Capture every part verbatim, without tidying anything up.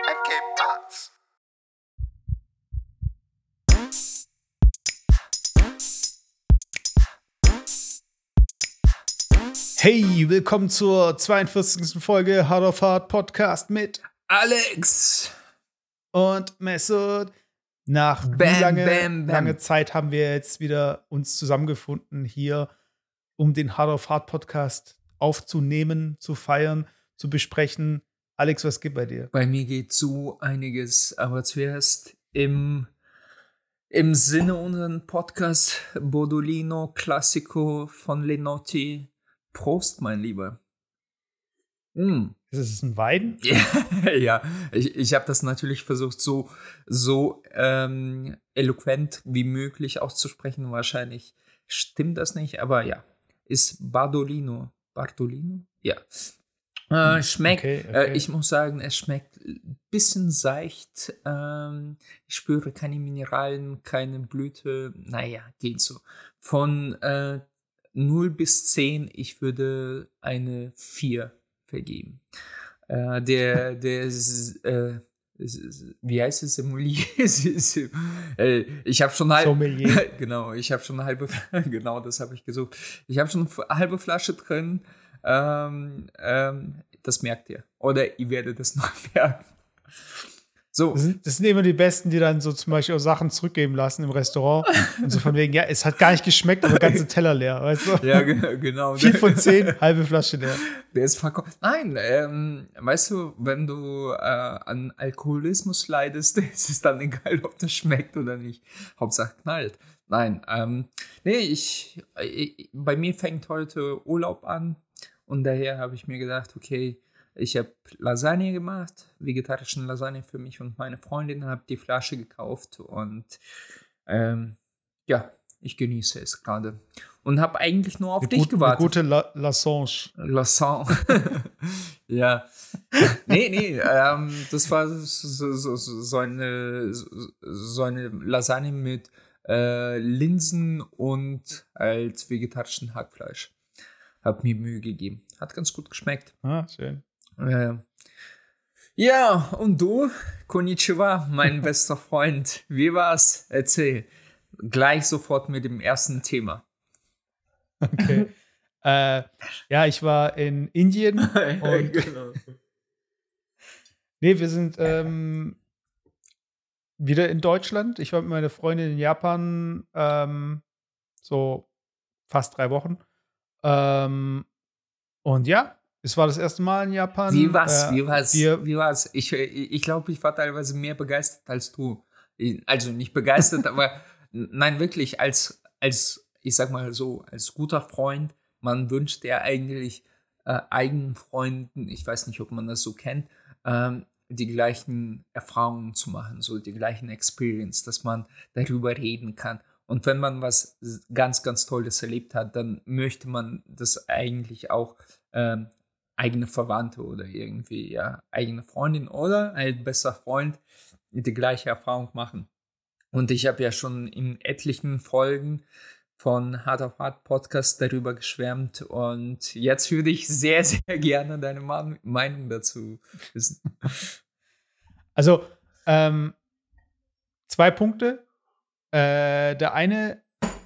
and Cape Parts. Hey, willkommen zur zweiundvierzigsten Folge Hard of Hard Podcast mit Alex und Mesut. Nach Bam, wie lange, bam, bam. lange Zeit haben wir jetzt wieder uns zusammengefunden hier, um den Hard of Hard Podcast aufzunehmen, zu feiern, zu besprechen. Alex, was geht bei dir? Bei mir geht so einiges, aber zuerst im, im Sinne unseren Podcast Bodolino Classico von Lenotti. Prost, mein Lieber. Mm. Ist es ein Wein? Ja, ich, ich habe das natürlich versucht, so, so ähm, eloquent wie möglich auszusprechen. Wahrscheinlich stimmt das nicht, aber ja. Ist Bardolino. Bardolino? Ja. Äh, schmeckt, okay, okay. Äh, ich muss sagen, es schmeckt ein bisschen seicht. Ähm, ich spüre keine Mineralien, keine Blüte. Naja, geht so. Von äh, null bis zehn, ich würde eine vier vergeben. Äh, der, der, äh, wie heißt es, Sommelier? äh, ich habe schon halb, Sommelier. genau, ich habe schon eine halbe, genau, das habe ich gesucht. Ich habe schon eine halbe Flasche drin. Ähm, ähm, das merkt ihr. Oder ihr werdet das noch merken. So. Das sind, das sind immer die Besten, die dann so zum Beispiel auch Sachen zurückgeben lassen im Restaurant. Und so von wegen, ja, es hat gar nicht geschmeckt, aber ganze Teller leer, weißt du? Ja, g- genau. Vier von zehn, halbe Flasche leer. Der ist verkauft. Nein, ähm, weißt du, wenn du äh, an Alkoholismus leidest, ist es dann egal, ob das schmeckt oder nicht. Hauptsache knallt. Nein, ähm, nee, ich, ich, bei mir fängt heute Urlaub an und daher habe ich mir gedacht, okay, ich habe Lasagne gemacht, vegetarischen Lasagne für mich und meine Freundin, habe die Flasche gekauft und ähm, ja, ich genieße es gerade. Und habe eigentlich nur auf Eine dich gut, gewartet. Eine gute La- Lassange. Lassagne. Ja. Nee, nee, ähm, das war so, so, so, eine, so eine Lasagne mit äh, Linsen und als vegetarischen Hackfleisch. Hab mir Mühe gegeben. Hat ganz gut geschmeckt. Ah, schön. Äh, ja, und du? Konnichiwa, mein bester Freund. Wie war's? Erzähl. Gleich sofort mit dem ersten Thema. Okay. äh, ja, ich war in Indien und Genau. nee, wir sind ähm, wieder in Deutschland. Ich war mit meiner Freundin in Japan ähm, so fast drei Wochen. Ähm, und ja, es war das erste Mal in Japan. Wie war's? Äh, Wie war's? wir, Wie war's? Ich, ich glaube, ich war teilweise mehr begeistert als du. Also nicht begeistert, aber nein, wirklich als, als, ich sag mal so, als guter Freund. Man wünscht ja eigentlich äh, eigenen Freunden, ich weiß nicht, ob man das so kennt, ähm, die gleichen Erfahrungen zu machen, so die gleichen Experience, dass man darüber reden kann. Und wenn man was ganz, ganz Tolles erlebt hat, dann möchte man das eigentlich auch ähm, eigene Verwandte oder irgendwie ja eigene Freundin oder ein besser Freund die gleiche Erfahrung machen. Und ich habe ja schon in etlichen Folgen von Hard of Hard Podcast darüber geschwärmt und jetzt würde ich sehr, sehr gerne deine Ma- Meinung dazu wissen. also, ähm, zwei Punkte. Äh, der eine,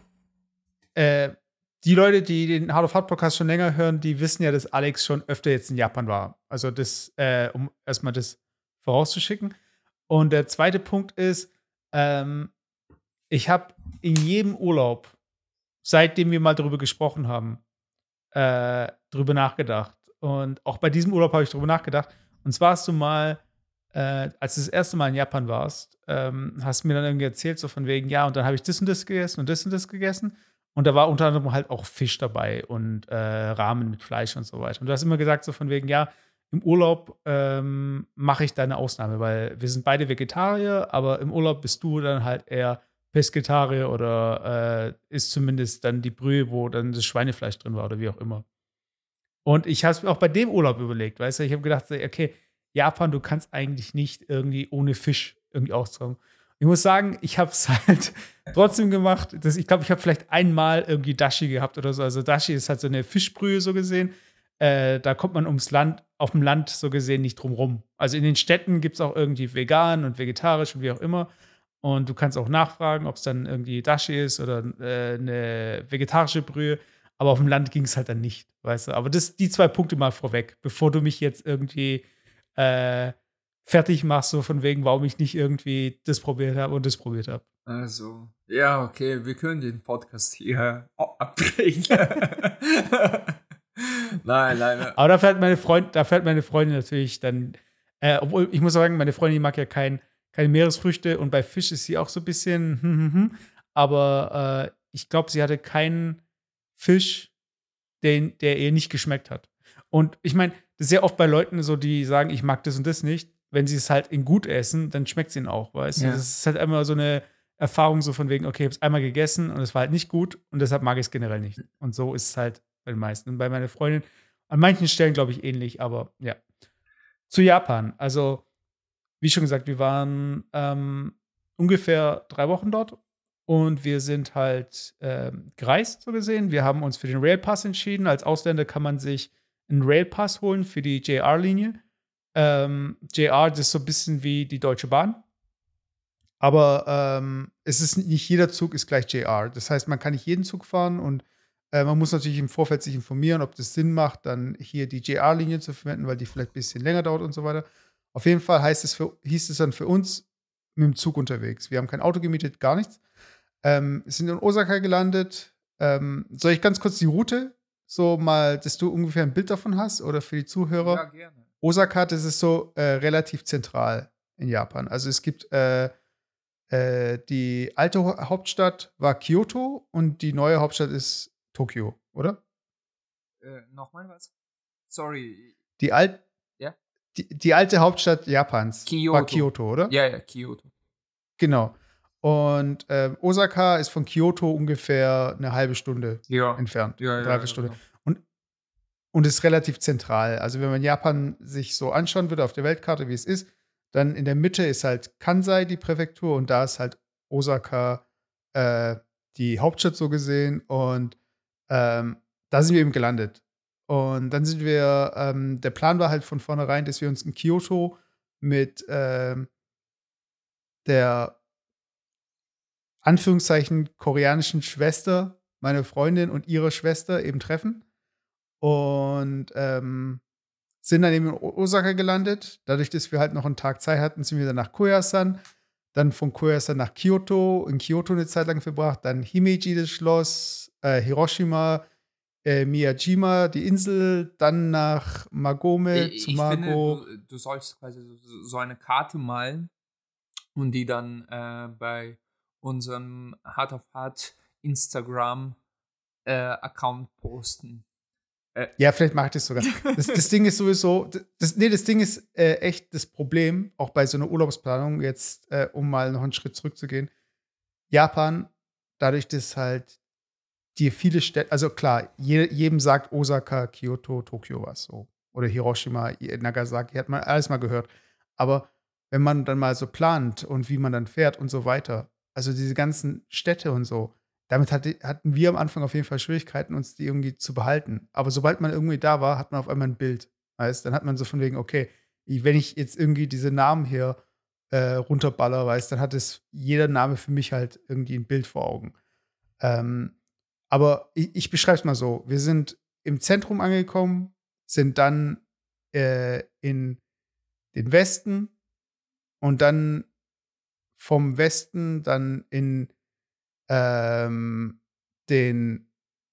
äh, die Leute, die den Hard of Hard Podcast schon länger hören, die wissen ja, dass Alex schon öfter jetzt in Japan war. Also das, äh, um erstmal das vorauszuschicken. Und der zweite Punkt ist, ähm, ich habe in jedem Urlaub, seitdem wir mal darüber gesprochen haben, äh, drüber nachgedacht. Und auch bei diesem Urlaub habe ich drüber nachgedacht. Und zwar hast du mal, äh, als du das erste Mal in Japan warst, ähm, hast du mir dann irgendwie erzählt, so von wegen, ja, und dann habe ich das und das gegessen und das und das gegessen. Und da war unter anderem halt auch Fisch dabei und äh, Ramen mit Fleisch und so weiter. Und du hast immer gesagt, so von wegen, ja, im Urlaub ähm, mache ich da eine Ausnahme, weil wir sind beide Vegetarier, aber im Urlaub bist du dann halt eher Pesketarier oder äh, isst zumindest dann die Brühe, wo dann das Schweinefleisch drin war oder wie auch immer. Und ich habe es mir auch bei dem Urlaub überlegt, weißt du, ich habe gedacht, so, okay, Japan, du kannst eigentlich nicht irgendwie ohne Fisch irgendwie auskommen. Ich muss sagen, ich habe es halt trotzdem gemacht. Das, ich glaube, ich habe vielleicht einmal irgendwie Dashi gehabt oder so. Also Dashi ist halt so eine Fischbrühe so gesehen. Äh, da kommt man ums Land auf dem Land so gesehen nicht drumrum. Also in den Städten gibt es auch irgendwie vegan und vegetarisch und wie auch immer. Und du kannst auch nachfragen, ob es dann irgendwie Dashi ist oder äh, eine vegetarische Brühe. Aber auf dem Land ging es halt dann nicht, weißt du. Aber das, die zwei Punkte mal vorweg, bevor du mich jetzt irgendwie äh, fertig machst, so von wegen, warum ich nicht irgendwie das probiert habe und das probiert habe. Also, ja, okay, wir können den Podcast hier abbrechen. Nein, nein. Aber da fährt meine Freund, da fährt meine Freundin natürlich dann, äh, obwohl ich muss sagen, meine Freundin mag ja kein, keine Meeresfrüchte und bei Fisch ist sie auch so ein bisschen, hm, hm, hm. Aber äh, ich glaube, sie hatte keinen Fisch, den, der ihr nicht geschmeckt hat. Und ich meine, das ist ja oft bei Leuten so, die sagen, ich mag das und das nicht. Wenn sie es halt in gut essen, dann schmeckt es ihnen auch, weißt du? Ja. Das ist halt immer so eine Erfahrung so von wegen, okay, ich habe es einmal gegessen und es war halt nicht gut und deshalb mag ich es generell nicht. Und so ist es halt bei den meisten. Und bei meiner Freundin an manchen Stellen, glaube ich, ähnlich, aber ja. Zu Japan. Also, wie schon gesagt, wir waren ähm, ungefähr drei Wochen dort und wir sind halt ähm, gereist, so gesehen. Wir haben uns für den Railpass entschieden. Als Ausländer kann man sich einen Railpass holen für die J R-Linie. Ähm, J R, das ist so ein bisschen wie die Deutsche Bahn. Aber ähm, es ist nicht jeder Zug ist gleich J R. Das heißt, man kann nicht jeden Zug fahren und äh, man muss natürlich im Vorfeld sich informieren, ob das Sinn macht, dann hier die J R-Linie zu verwenden, weil die vielleicht ein bisschen länger dauert und so weiter. Auf jeden Fall heißt es für, hieß es dann für uns mit dem Zug unterwegs. Wir haben kein Auto gemietet, gar nichts. Ähm, sind in Osaka gelandet. Ähm, soll ich ganz kurz die Route so mal, dass du ungefähr ein Bild davon hast oder für die Zuhörer? Ja, gerne. Osaka, das ist so äh, relativ zentral in Japan. Also es gibt äh, äh, die alte Ho- Hauptstadt war Kyoto und die neue Hauptstadt ist Tokio, oder? Äh, Nochmal was? Sorry. Die, Al Ja? die, die alte Hauptstadt Japans Kyoto. war Kyoto, oder? Ja, ja, Kyoto. Genau. Und ähm, Osaka ist von Kyoto ungefähr eine halbe Stunde Ja. entfernt. Ja, ja, dreiviertel ja, Stunde. genau. Und, und ist relativ zentral. Also, wenn man Japan sich so anschauen würde auf der Weltkarte, wie es ist, dann in der Mitte ist halt Kansai, die Präfektur, und da ist halt Osaka äh, die Hauptstadt so gesehen. Und ähm, da sind wir eben gelandet. Und dann sind wir, ähm, der Plan war halt von vornherein, dass wir uns in Kyoto mit ähm, der Anführungszeichen koreanischen Schwester, meine Freundin und ihre Schwester eben treffen. Und ähm, sind dann eben in Osaka gelandet. Dadurch, dass wir halt noch einen Tag Zeit hatten, sind wir dann nach Koyasan. Dann von Koyasan nach Kyoto, in Kyoto eine Zeit lang verbracht. Dann Himeji, das Schloss, äh, Hiroshima, äh, Miyajima, die Insel. Dann nach Magome, Ich, ich Tsumago. finde, du, du sollst quasi so, so eine Karte malen und die dann äh, bei unserem Heart of Heart Instagram äh, Account posten. Äh. Ja, vielleicht mache ich das sogar. Das, das Ding ist sowieso, das, nee, das Ding ist äh, echt das Problem, auch bei so einer Urlaubsplanung, jetzt, äh, um mal noch einen Schritt zurückzugehen. Japan, dadurch, dass halt dir viele Städte, also klar, je, jedem sagt Osaka, Kyoto, Tokio was so. Oder Hiroshima, Nagasaki, hat man alles mal gehört. Aber wenn man dann mal so plant und wie man dann fährt und so weiter, also diese ganzen Städte und so, damit hatte, hatten wir am Anfang auf jeden Fall Schwierigkeiten, uns die irgendwie zu behalten. Aber sobald man irgendwie da war, hat man auf einmal ein Bild. Weißt? Dann hat man so von wegen, okay, wenn ich jetzt irgendwie diese Namen hier äh, runterballer, weißt, dann hat es jeder Name für mich halt irgendwie ein Bild vor Augen. Ähm, aber ich, ich beschreibe es mal so. Wir sind im Zentrum angekommen, sind dann äh, in den Westen und dann vom Westen dann in ähm, den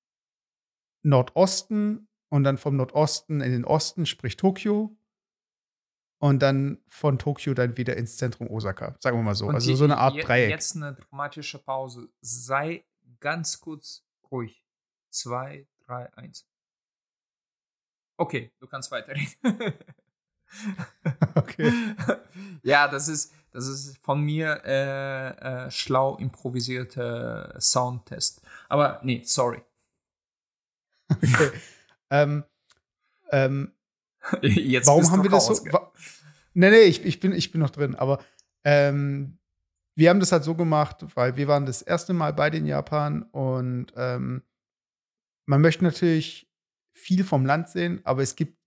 Nordosten und dann vom Nordosten in den Osten, sprich Tokio. Und dann von Tokio dann wieder ins Zentrum Osaka. Sagen wir mal so. Und also die- so eine Art je- Dreieck. Jetzt eine dramatische Pause. Sei ganz kurz ruhig. Zwei, drei, eins. Okay, du kannst weiterreden. Okay. Ja, das ist, das ist von mir äh, äh, schlau improvisierte Soundtest. Aber nee, sorry. Okay. ähm, ähm, Jetzt warum bist haben du wir das raus, so? gell? Wa nee, nee, ich, ich, bin, ich bin noch drin. Aber ähm, wir haben das halt so gemacht, weil wir waren das erste Mal beide in Japan und ähm, man möchte natürlich viel vom Land sehen, aber es gibt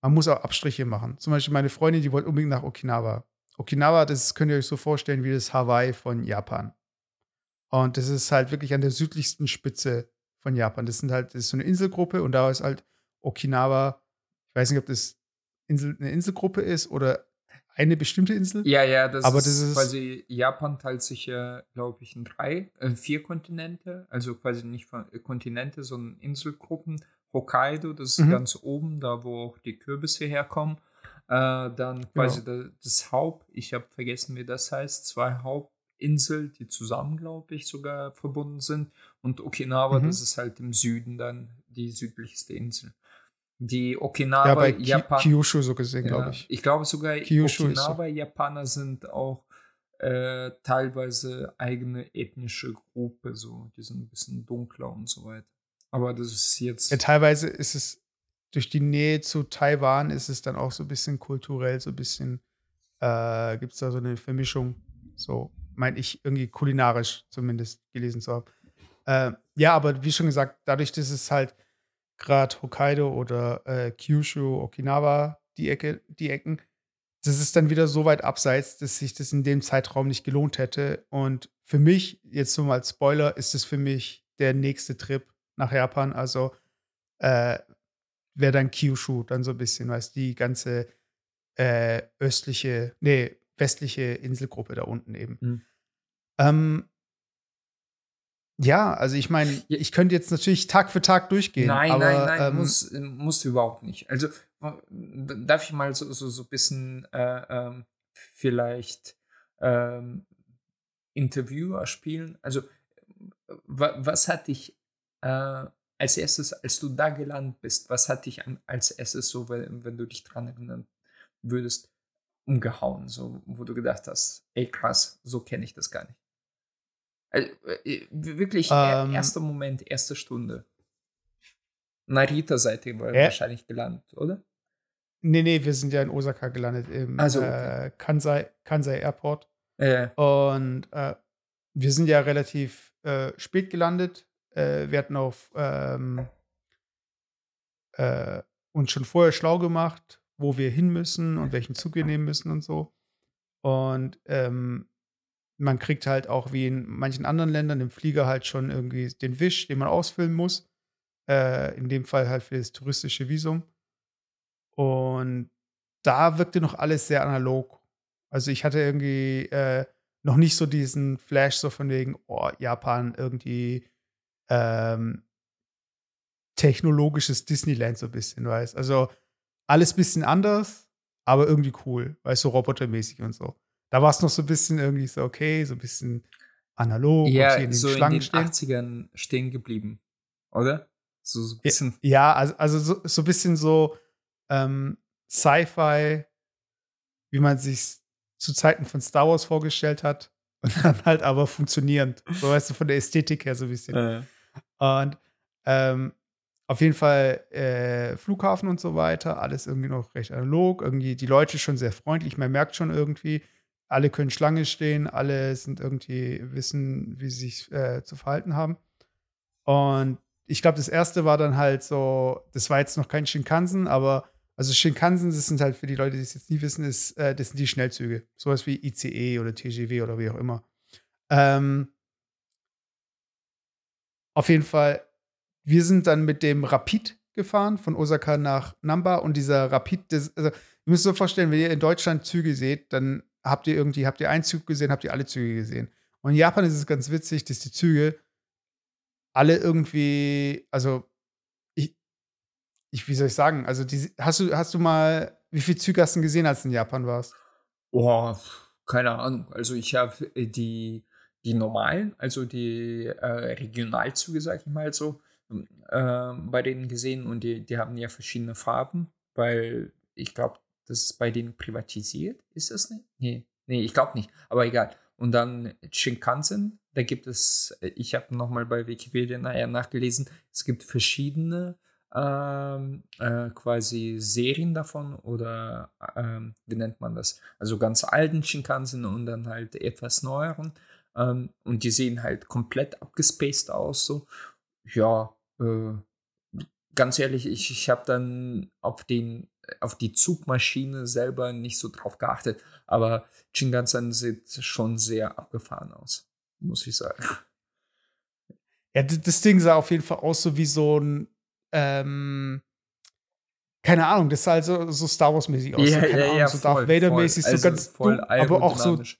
man muss auch Abstriche machen. Zum Beispiel meine Freundin, die wollte unbedingt nach Okinawa. Okinawa, das könnt ihr euch so vorstellen wie das Hawaii von Japan. Und das ist halt wirklich an der südlichsten Spitze von Japan. Das sind halt, das ist so eine Inselgruppe und da ist halt Okinawa, ich weiß nicht, ob das Insel, eine Inselgruppe ist oder eine bestimmte Insel. Ja, ja, das aber ist das ist quasi, Japan teilt sich ja, glaube ich, in drei, äh, vier Kontinente, also quasi nicht von, äh, Kontinente, sondern Inselgruppen. Hokkaido, das ist mhm, ganz oben, da wo auch die Kürbisse herkommen. Äh, dann quasi genau. da, das Haupt, ich habe vergessen, wie das heißt, zwei Hauptinseln, die zusammen, glaube ich, sogar verbunden sind. Und Okinawa, Mhm. das ist halt im Süden dann die südlichste Insel. Die Ja, Okinawa, bei Ki Japan, Kyushu so gesehen, glaube ja, ich. ich glaube sogar Kyushu ist so. Okinawa-Japaner sind auch äh, teilweise eigene ethnische Gruppe, so, die sind ein bisschen dunkler und so weiter. Aber das ist Ja, jetzt, teilweise ist es durch die Nähe zu Taiwan ist es dann auch so ein bisschen kulturell, so ein bisschen, äh, gibt es da so eine Vermischung, so meine ich irgendwie kulinarisch zumindest gelesen zu haben. Äh, ja, aber wie schon gesagt, dadurch, dass es halt gerade Hokkaido oder äh, Kyushu, Okinawa, die Ecke, die Ecken, das ist dann wieder so weit abseits, dass sich das in dem Zeitraum nicht gelohnt hätte. Und für mich, jetzt so mal als Spoiler, ist es für mich der nächste Trip nach Japan. Also äh, wäre dann Kyushu dann so ein bisschen, weißt die ganze äh, östliche, nee, westliche Inselgruppe da unten eben. hm. Ähm, ja, also ich meine, Ja, ich könnte jetzt natürlich Tag für Tag durchgehen, nein, nein, aber nein, ähm, muss, musst du überhaupt nicht. Also, äh, darf ich mal so, so, so ein bisschen äh, ähm, vielleicht ähm, Interviewer spielen? Also, wa was hat dich äh, als erstes, als du da gelandet bist, was hat dich an, als erstes so, wenn, wenn du dich dran erinnern würdest, umgehauen, so, wo du gedacht hast, ey krass, so kenne ich das gar nicht. Also, äh, wirklich, er- ähm, erster Moment, erste Stunde. Narita seid ihr wa- hä? wahrscheinlich gelandet, oder? Ne, ne, wir sind ja in Osaka gelandet im Also, okay. äh, Kansai Kansai Airport. Äh, Und äh, wir sind ja relativ äh, spät gelandet. Äh, wir hatten auf ähm, äh, uns schon vorher schlau gemacht, wo wir hin müssen und welchen Zug wir nehmen müssen und so. Und ähm, man kriegt halt auch wie in manchen anderen Ländern im Flieger halt schon irgendwie den Wisch, den man ausfüllen muss. Äh, in dem Fall halt für das touristische Visum. Und da wirkte noch alles sehr analog. Also, ich hatte irgendwie, äh, noch nicht so diesen Flash so von wegen: „Oh, Japan irgendwie, ähm, technologisches Disneyland“ so ein bisschen, weißt? Also, alles bisschen anders, aber irgendwie cool, weißt du, so robotermäßig und so. Da war es noch so ein bisschen irgendwie so, okay, so ein bisschen analog und hier eher in den so in Schlangen den stehen. achtzigern stehen geblieben, oder? So, so ein J bisschen. ja, also also, so so ein bisschen so, ähm, Sci-Fi, wie man sich's zu Zeiten von Star Wars vorgestellt hat und dann halt aber funktionierend. So, weißt du, von der Ästhetik her so 'n bisschen. Äh, Und, ähm, auf jeden Fall, äh, Flughafen und so weiter, alles irgendwie noch recht analog. Irgendwie die Leute schon sehr freundlich. Man merkt schon irgendwie, alle können Schlange stehen, alle sind irgendwie wissen, wie sie sich, äh, zu verhalten haben. Und ich glaube, das erste war dann halt so, das war jetzt noch kein Shinkansen, aber also Shinkansen, das sind halt für die Leute, die es jetzt nie wissen, ist, äh, das sind die Schnellzüge. Sowas wie I C E oder T G V oder wie auch immer. Ähm, auf jeden Fall, wir sind dann mit dem Rapid gefahren von Osaka nach Namba und dieser Rapid, das, also, ihr müsst euch so vorstellen, wenn ihr in Deutschland Züge seht, dann habt ihr irgendwie, habt ihr einen Zug gesehen, habt ihr alle Züge gesehen. Und in Japan ist es ganz witzig, dass die Züge alle irgendwie, also ich, ich, wie soll ich sagen, also die, hast du, hast du mal, wie viele Züge hast du denn gesehen, als du in Japan warst? oh, keine Ahnung. Also ich habe die, die normalen, also die äh, Regionalzüge, sag ich mal so, äh, bei denen gesehen und die, die haben ja verschiedene Farben, weil ich glaube, das ist bei denen privatisiert. Ist das nicht? Nee, nee, ich glaube nicht, aber egal. Und dann Shinkansen, da gibt es, ich habe nochmal bei Wikipedia nachher nachgelesen, es gibt verschiedene ähm, äh, quasi Serien davon oder ähm, wie nennt man das? Also ganz alten Shinkansen und dann halt etwas neueren. Ähm, und die sehen halt komplett abgespaced aus. So. Ja, äh, ganz ehrlich, ich, ich habe dann auf den auf die Zugmaschine selber nicht so drauf geachtet. Aber Shinkansen sieht schon sehr abgefahren aus, muss ich sagen. Ja, d- das Ding sah auf jeden Fall aus so wie so ein, ähm, keine Ahnung, das sah also so Star Wars-mäßig aus. So, Ja, keine ja, Ahnung, ja, so voll, Darth voll. Vader-mäßig, so Also ganz voll dumm, aber auch so, aerodynamisch.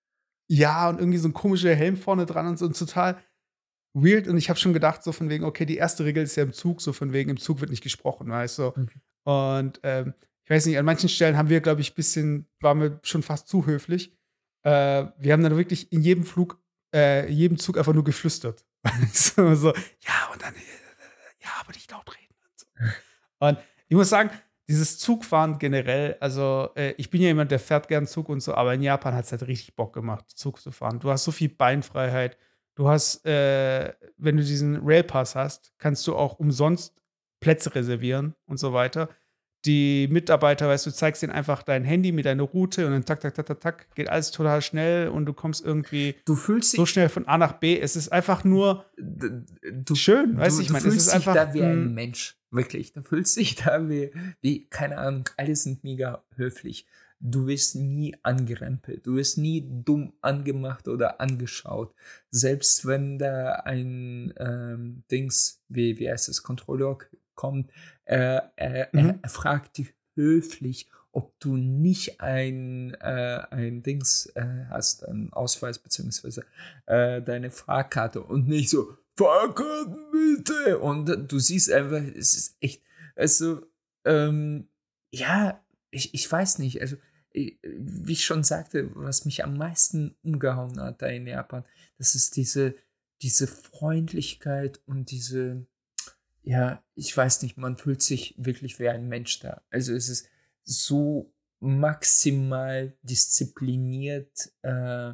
ja, und irgendwie so ein komischer Helm vorne dran und so und total weird. Und ich habe schon gedacht, so von wegen, okay, die erste Regel ist ja im Zug, so von wegen, im Zug wird nicht gesprochen, weißt du? Mhm. Und ähm, ich weiß nicht, an manchen Stellen haben wir, glaube ich, ein bisschen, waren wir schon fast zu höflich. Äh, wir haben dann wirklich in jedem Flug, äh, jedem Zug einfach nur geflüstert. so, so, ja, und dann, äh, ja, aber nicht laut reden. Und, so. Und ich muss sagen, dieses Zugfahren generell, also äh, ich bin ja jemand, der fährt gern Zug und so, aber in Japan hat es halt richtig Bock gemacht, Zug zu fahren. Du hast so viel Beinfreiheit. Du hast, äh, wenn du diesen Railpass hast, kannst du auch umsonst Plätze reservieren und so weiter. Die Mitarbeiter, weißt du, zeigst denen einfach dein Handy mit deiner Route und dann tak, tak, tak, tak, tak, geht alles total schnell und du kommst irgendwie Du fühlst so dich, schnell von A nach B. Es ist einfach nur d- du, schön, weißt du, du, ich du meine, es fühlst ist dich einfach da wie ein ein, Mensch, wirklich. Du fühlst dich da wie, wie, keine Ahnung, alle sind mega höflich. Du wirst nie angerempelt, du wirst nie dumm angemacht oder angeschaut. Selbst wenn da ein ähm, Dings, wie, wie heißt es, Kontrolleur kommt, äh, er, er, mhm, er fragt dich höflich, ob du nicht ein, äh, ein Dings äh, hast, einen Ausweis beziehungsweise äh, deine Fahrkarte und nicht so, Fahrkarten bitte. Und du siehst einfach, es ist echt, also, ähm, ja, ich, ich weiß nicht, also, äh, wie ich schon sagte, was mich am meisten umgehauen hat da in Japan, das ist diese, diese Freundlichkeit und diese, ja, ich weiß nicht, man fühlt sich wirklich wie ein Mensch da. Also es ist so maximal diszipliniert, äh,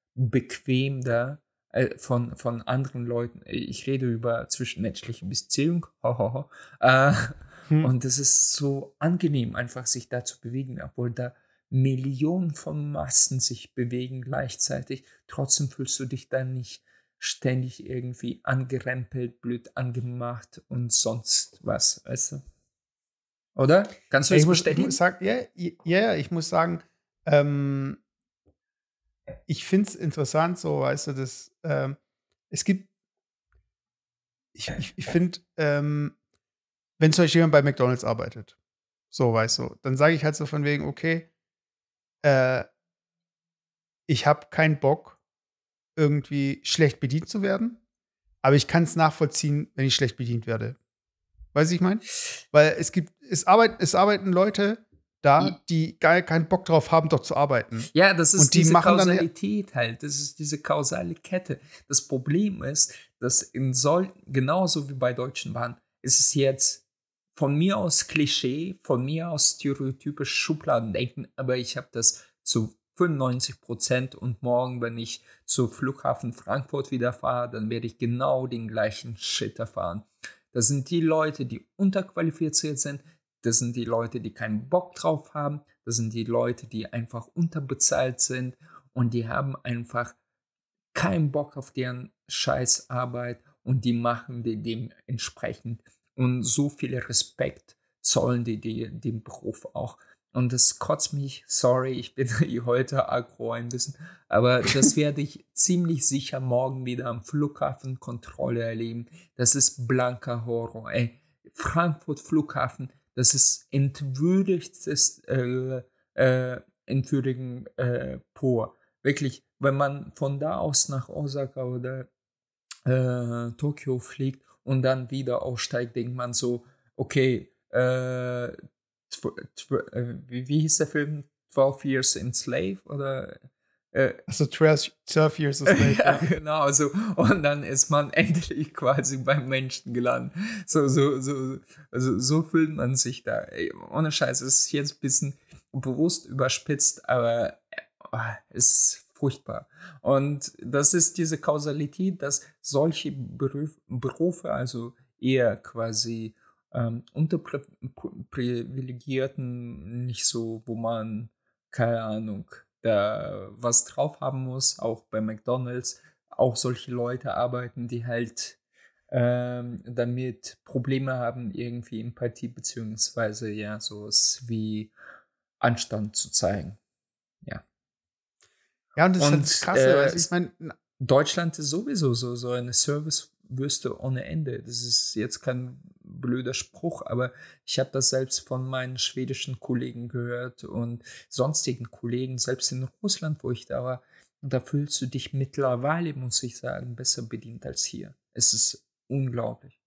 bequem da äh, von, von anderen Leuten. Ich rede über zwischenmenschliche Beziehung. Ho, ho, ho. Äh, hm. und es ist so angenehm, einfach sich da zu bewegen, obwohl da Millionen von Massen sich bewegen gleichzeitig. Trotzdem fühlst du dich da nicht ständig irgendwie angerempelt, blöd angemacht und sonst was, weißt du? Oder? Kannst du Ja, ich es muss, ich muss bestätigen? sagen, ja, ja, ja, ich muss sagen, ähm, ich finde es interessant, so, weißt du, dass ähm, es gibt, ich, ich, ich finde, ähm, wenn zum Beispiel jemand bei McDonalds arbeitet, so, weißt du, dann sage ich halt so von wegen, okay, äh, ich habe keinen Bock, irgendwie schlecht bedient zu werden, aber ich kann es nachvollziehen, wenn ich schlecht bedient werde. Weißt du, ich meine? Weil es gibt, es, arbeit, es arbeiten Leute da, die gar keinen Bock drauf haben, dort zu arbeiten. Ja, das Und ist die diese machen dann, ja- Kausalität halt. Das ist diese kausale Kette. Das Problem ist, dass in sol genauso wie bei Deutschen Bahn, ist es jetzt von mir aus Klischee, von mir aus stereotypisch Schubladendenken, aber ich habe das zu fünfundneunzig Prozent und morgen, wenn ich zu Flughafen Frankfurt wieder fahre, dann werde ich genau den gleichen Shit erfahren. Das sind die Leute, die unterqualifiziert sind. Das sind die Leute, die keinen Bock drauf haben. Das sind die Leute, die einfach unterbezahlt sind und die haben einfach keinen Bock auf deren Scheißarbeit und die machen die dementsprechend. Und so viel Respekt zollen die, die dem Beruf auch. Und das kotzt mich, sorry, ich bin heute aggro ein bisschen, aber das werde ich ziemlich sicher morgen wieder am Flughafen Kontrolle erleben. Das ist blanker Horror. Ey, Frankfurt Flughafen, das ist entwürdigstes äh, äh, Entwürdigen äh, pur. Wirklich, wenn man von da aus nach Osaka oder äh, Tokio fliegt und dann wieder aussteigt, denkt man so, okay, äh, tw tw äh, wie, wie hieß der Film? Twelve Years Enslaved oder äh, also twelve, twelve Years a Slave, ja, ja. genau, so. Und dann ist man endlich quasi beim Menschen gelandet. So, so, so, also so fühlt man sich da. Ey, ohne Scheiß, es ist jetzt ein bisschen bewusst überspitzt, aber äh, ist furchtbar. Und das ist diese Kausalität, dass solche Beruf, Berufe, also eher quasi ähm, unterprivilegierten, nicht so, wo man, keine Ahnung, da was drauf haben muss, auch bei McDonald's, auch solche Leute arbeiten, die halt ähm, damit Probleme haben, irgendwie Empathie beziehungsweise ja sowas wie Anstand zu zeigen. Ja. Ja, und das ist halt Und das Krasse, äh, also ich meine, Deutschland ist sowieso so, so eine Servicewüste ohne Ende. Das ist jetzt kein blöder Spruch, aber ich habe das selbst von meinen schwedischen Kollegen gehört und sonstigen Kollegen, selbst in Russland, wo ich da war. Und da fühlst du dich mittlerweile, muss ich sagen, besser bedient als hier. Es ist unglaublich.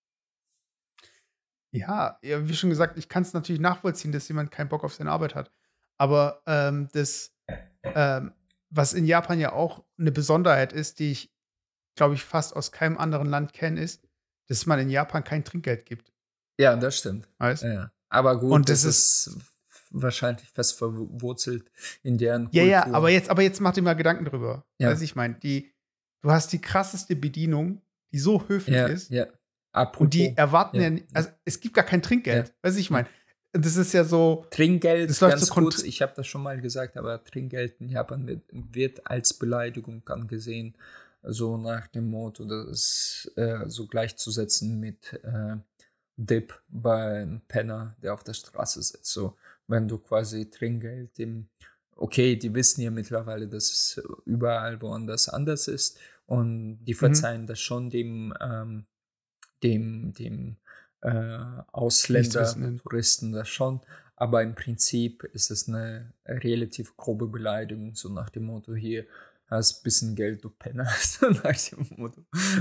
ja, ja, wie schon gesagt, ich kann es natürlich nachvollziehen, dass jemand keinen Bock auf seine Arbeit hat. Aber ähm, das, ähm, was in Japan ja auch eine Besonderheit ist, die ich, glaube ich, fast aus keinem anderen Land kenne, ist, dass man in Japan kein Trinkgeld gibt. Ja, das stimmt. Weißt? Ja. Aber gut, Und das das ist, ist wahrscheinlich fest verwurzelt in deren ja, ja, Kultur. aber jetzt, aber jetzt mach dir mal Gedanken drüber. Ja. Weißt du, ich meine, die, du hast die krasseste Bedienung, die so höflich Ja, ist. ja. Apropos. Und die erwarten ja, Ja. nicht- also es gibt gar kein Trinkgeld. Ja. Weißt du, ich meine, das ist ja so, Trinkgeld, das läuft ganz so kont- kurz, ich habe das schon mal gesagt, aber Trinkgeld in Japan wird, wird als Beleidigung angesehen, so nach dem Motto, das ist äh, so gleichzusetzen mit äh, Dip bei einem Penner, der auf der Straße sitzt. So, wenn du quasi Trinkgeld im, okay, die wissen ja mittlerweile, dass es überall woanders anders ist und die verzeihen das schon dem, ähm, dem, dem äh, Ausländer, Nichtswissenden. Touristen das schon, aber im Prinzip ist es eine relativ grobe Beleidigung, so nach dem Motto, hier hast ein bisschen Geld, du Penner, so nach dem Motto.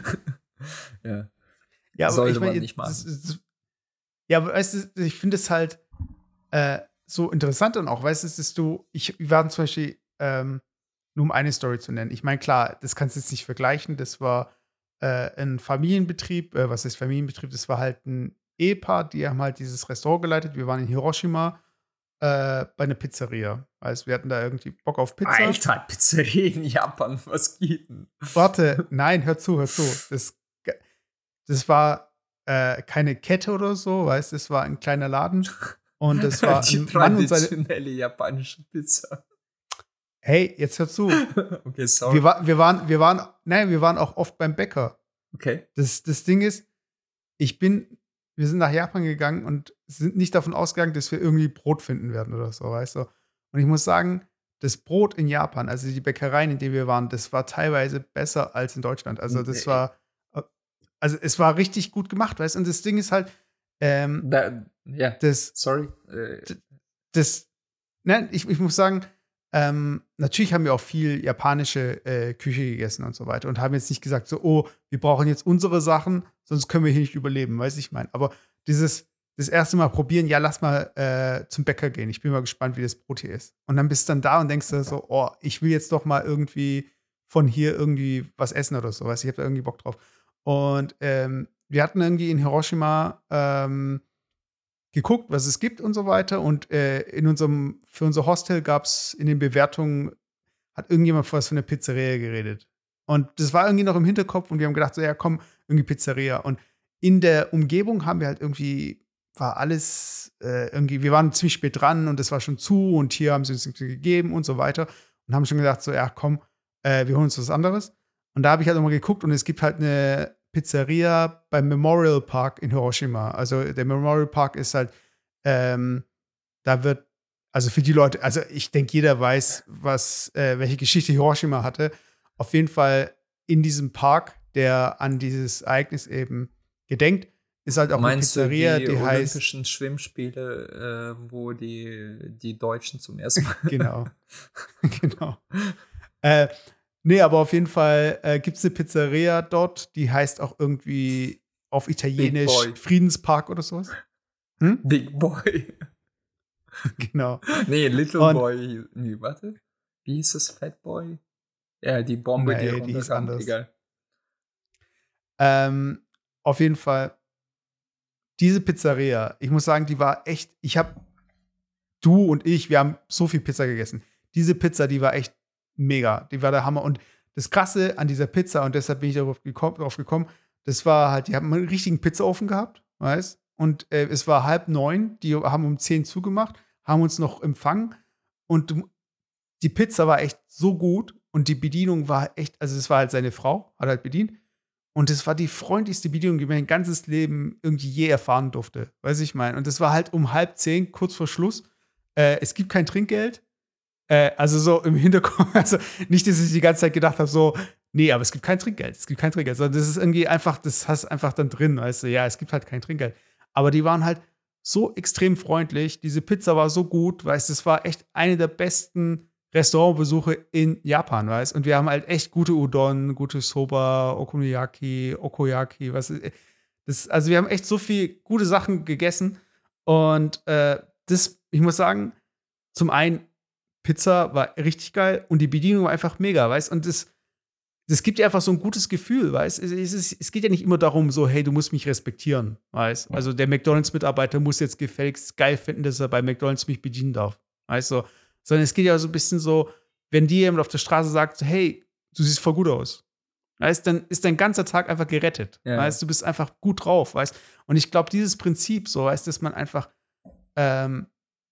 Ja, Ja, aber sollte ich meine, man nicht machen. das, das, ja, aber weißt du, ich finde es halt äh, so interessant und auch, weißt du, dass du, ich, wir waren zum Beispiel, ähm, nur um eine Story zu nennen. Ich meine, klar, das kannst du jetzt nicht vergleichen. Das war äh, ein Familienbetrieb, äh, was ist Familienbetrieb? Das war halt ein Ehepaar, die haben halt dieses Restaurant geleitet. Wir waren in Hiroshima äh, bei einer Pizzeria. Also wir hatten da irgendwie Bock auf Pizza. Alter, Pizzeria in Japan, was geht denn? Warte, nein, hör zu, hör zu. Das, das war äh, keine Kette oder so, weißt du, das war ein kleiner Laden. Und das war die ein Mann und seine. traditionelle japanische Pizza. Hey, jetzt hör zu. Okay, sorry. Wir, war, wir, waren, wir, waren, nein, wir waren auch oft beim Bäcker. Okay. Das, das Ding ist, ich bin, wir sind nach Japan gegangen und sind nicht davon ausgegangen, dass wir irgendwie Brot finden werden oder so, weißt du. Und ich muss sagen, das Brot in Japan, also die Bäckereien, in denen wir waren, das war teilweise besser als in Deutschland. Also das war, also es war richtig gut gemacht, weißt du. Und das Ding ist halt, ähm, Da, ja, das, sorry. Äh, das, nein, ich, ich muss sagen, ähm, natürlich haben wir auch viel japanische äh, Küche gegessen und so weiter und haben jetzt nicht gesagt, so, oh, wir brauchen jetzt unsere Sachen, sonst können wir hier nicht überleben, weiß ich mein. Aber dieses, das erste Mal probieren, ja, lass mal äh, zum Bäcker gehen. Ich bin mal gespannt, wie das Brot hier ist. Und dann bist du dann da und denkst du so, oh, ich will jetzt doch mal irgendwie von hier irgendwie was essen oder so, weißt du, ich habe da irgendwie Bock drauf. Und ähm, wir hatten irgendwie in Hiroshima ähm, geguckt, was es gibt und so weiter. Und äh, in unserem, für unser Hostel gab es in den Bewertungen, hat irgendjemand was von der Pizzeria geredet. Und das war irgendwie noch im Hinterkopf und wir haben gedacht, so, ja, komm, irgendwie Pizzeria. Und in der Umgebung haben wir halt irgendwie, war alles äh, irgendwie, wir waren ziemlich spät dran und es war schon zu und hier haben sie uns nichts gegeben und so weiter. Und haben schon gedacht, so, ja, komm, äh, wir holen uns was anderes. Und da habe ich halt nochmal geguckt und es gibt halt eine Pizzeria beim Memorial Park in Hiroshima. Also der Memorial Park ist halt, ähm, da wird, also für die Leute, also ich denke, jeder weiß, was, äh, welche Geschichte Hiroshima hatte. Auf jeden Fall in diesem Park, der an dieses Ereignis eben gedenkt, ist halt auch Meinst eine Pizzeria, du die, die heißt. Olympischen Schwimmspiele, äh, wo die, die Deutschen zum ersten Mal. Genau. Genau. Äh, nee, aber auf jeden Fall äh, gibt es eine Pizzeria dort, die heißt auch irgendwie auf Italienisch Friedenspark oder sowas. Hm? Big Boy. Genau. Nee, Little Und, Boy. Nee, warte. Wie hieß es? Fat Boy? Ja, die Bombe, nee, die die hieß runterkam. anders. Egal. Ähm, auf jeden Fall, diese Pizzeria, ich muss sagen, die war echt, ich habe, du und ich, wir haben so viel Pizza gegessen. Diese Pizza, die war echt mega. Die war der Hammer. Und das Krasse an dieser Pizza, und deshalb bin ich darauf gekommen, darauf gekommen, das war halt, die haben einen richtigen Pizzaofen gehabt, weißt? Und äh, es war halb neun, die haben um zehn zugemacht, haben uns noch empfangen und du, die Pizza war echt so gut und die Bedienung war echt, also es war halt seine Frau, hat halt bedient Und es war die freundlichste Bedienung, die ich mein ganzes Leben irgendwie je erfahren durfte. Weiß ich mein. Und das war halt um halb zehn, kurz vor Schluss. Äh, es gibt kein Trinkgeld. Äh, also so im Hintergrund, also nicht, dass ich die ganze Zeit gedacht habe, so, nee, aber es gibt kein Trinkgeld, es gibt kein Trinkgeld, sondern das ist irgendwie einfach, das hast einfach dann drin, weißt du, ja, es gibt halt kein Trinkgeld. Aber die waren halt so extrem freundlich, diese Pizza war so gut, weißt du, es war echt eine der besten Restaurantbesuche in Japan, weißt du, und wir haben halt echt gute Udon, gute Soba, Okonomiyaki, Okoyaki, was das, also wir haben echt so viel gute Sachen gegessen und äh, das, ich muss sagen, zum einen Pizza war richtig geil und die Bedienung war einfach mega, weißt? Und das, das gibt dir einfach so ein gutes Gefühl, weißt? Es, es, ist, es geht ja nicht immer darum, so, hey, du musst mich respektieren, weißt? Also der McDonalds-Mitarbeiter muss jetzt gefälligst geil finden, dass er bei McDonalds mich bedienen darf, weißt du? Sondern es geht ja so ein bisschen so, wenn dir jemand auf der Straße sagt, so, hey, du siehst voll gut aus, weißt? Dann ist dein ganzer Tag einfach gerettet, Ja. weißt? Du bist einfach gut drauf, weißt? Und ich glaube, dieses Prinzip, so, weißt, dass man einfach ähm,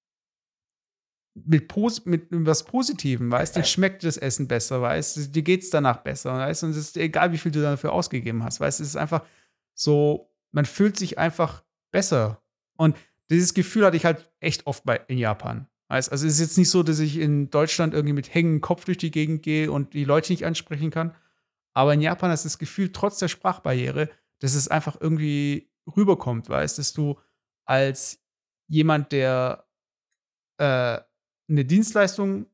mit, Pos mit was Positivem, weißt, dann schmeckt das Essen besser, weißt, dir geht's danach besser, weißt, und es ist egal, wie viel du dafür ausgegeben hast, weißt, es ist einfach so, man fühlt sich einfach besser. Und dieses Gefühl hatte ich halt echt oft bei, in Japan. Weißt, also es ist jetzt nicht so, dass ich in Deutschland irgendwie mit hängendem Kopf durch die Gegend gehe und die Leute nicht ansprechen kann, aber in Japan hast du das Gefühl, trotz der Sprachbarriere, dass es einfach irgendwie rüberkommt, weißt, dass du als jemand, der äh, eine Dienstleistung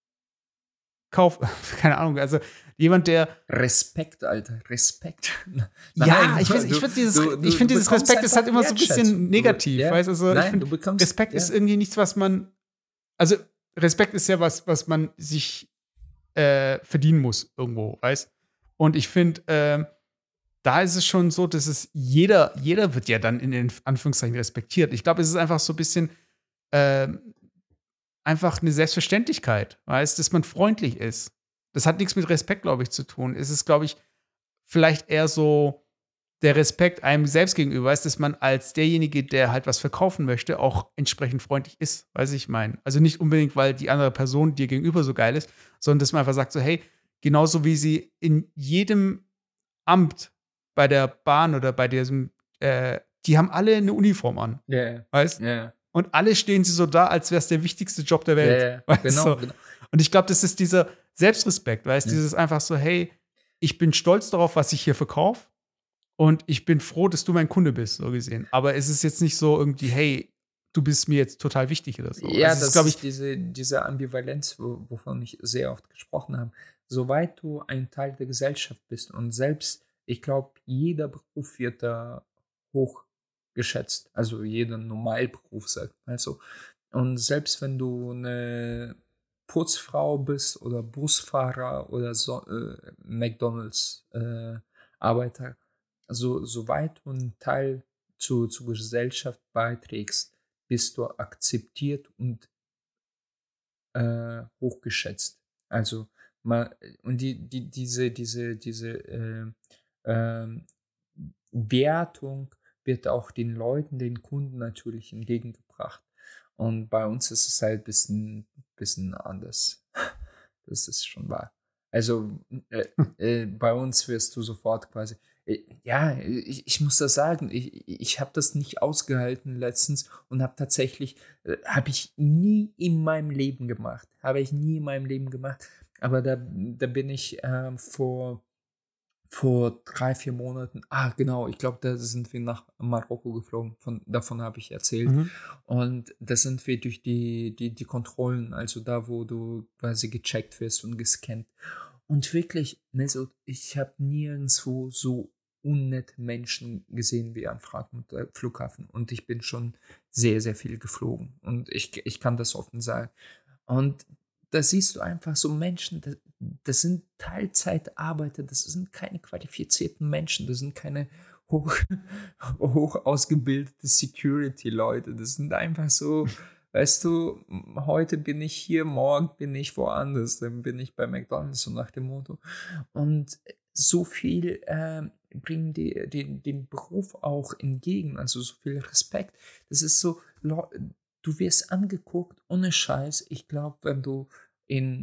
kauft, keine Ahnung, also jemand, der Respekt, Alter, Respekt. ja, Nein, ich finde ich du- find dieses, du- du- ich find du dieses bekommst Respekt ist halt einfach immer so ein bisschen Wertschätzung. negativ, Du- ja. weißt du? Also, ich Nein, finde, du bekommst Respekt ja. ist irgendwie nichts, was man, also Respekt ist ja was, was man sich äh, verdienen muss irgendwo, weißt? Und ich finde, ähm, da ist es schon so, dass es jeder, jeder wird ja dann in den Anführungszeichen respektiert. Ich glaube, es ist einfach so ein bisschen ähm, einfach eine Selbstverständlichkeit, weißt, dass man freundlich ist. Das hat nichts mit Respekt, glaube ich, zu tun. Es ist, glaube ich, vielleicht eher so der Respekt einem selbst gegenüber, weißt, dass man als derjenige, der halt was verkaufen möchte, auch entsprechend freundlich ist, weiß ich meine. Also nicht unbedingt, weil die andere Person dir gegenüber so geil ist, sondern dass man einfach sagt so, hey, genauso wie sie in jedem Amt bei der Bahn oder bei diesem, äh, die haben alle eine Uniform an, Ja, ja. weißt? Ja, Und alle stehen sie so da, als wäre es der wichtigste Job der ja, Welt. ja. Weißt Genau, du? genau. Und ich glaube, das ist dieser Selbstrespekt, weißt du? Ja. Dieses einfach so, hey, ich bin stolz darauf, was ich hier verkaufe. Und ich bin froh, dass du mein Kunde bist, so gesehen. Aber es ist jetzt nicht so irgendwie, hey, du bist mir jetzt total wichtig oder so. Ja, also es das ist, glaube ist ich, diese, diese Ambivalenz, wo, wovon ich sehr oft gesprochen habe. Soweit du ein Teil der Gesellschaft bist und selbst, ich glaube, jeder Beruf wird da hoch geschätzt. Also jeder Normalberuf, sagt man so. Und selbst wenn du eine Putzfrau bist oder Busfahrer oder so, äh, McDonalds-Arbeiter, also soweit du einen Teil zu, zur Gesellschaft beiträgst, bist du akzeptiert und äh, hochgeschätzt. Also mal und die, die, diese, diese, diese äh, ähm, Wertung wird auch den Leuten, den Kunden natürlich entgegengebracht. Und bei uns ist es halt ein bisschen, bisschen anders. Das ist schon wahr. Also äh, äh, bei uns wirst du sofort quasi, äh, ja, ich, ich muss das sagen, ich, ich habe das nicht ausgehalten letztens und habe tatsächlich, äh, habe ich nie in meinem Leben gemacht, habe ich nie in meinem Leben gemacht, aber da, da bin ich äh, vor vor drei, vier Monaten, ah genau, ich glaube, da sind wir nach Marokko geflogen, von, davon habe ich erzählt. mhm. Und da sind wir durch die, die, die Kontrollen, also da, wo du quasi gecheckt wirst und gescannt. Und wirklich, Mesut, ich habe nirgendwo so unnette Menschen gesehen wie am Frankfurter Flughafen. Und ich bin schon sehr, sehr viel geflogen. Und ich, ich kann das offen sagen. Und da siehst du einfach so Menschen, das, das sind Teilzeitarbeiter, das sind keine qualifizierten Menschen, das sind keine hoch, hoch ausgebildete Security-Leute, das sind einfach so, weißt du, heute bin ich hier, morgen bin ich woanders, dann bin ich bei McDonalds, so nach dem Motto. Und so viel äh, bringen die, die, den Beruf auch entgegen, also so viel Respekt. Das ist so, du wirst angeguckt, ohne Scheiß. Ich glaube, wenn du in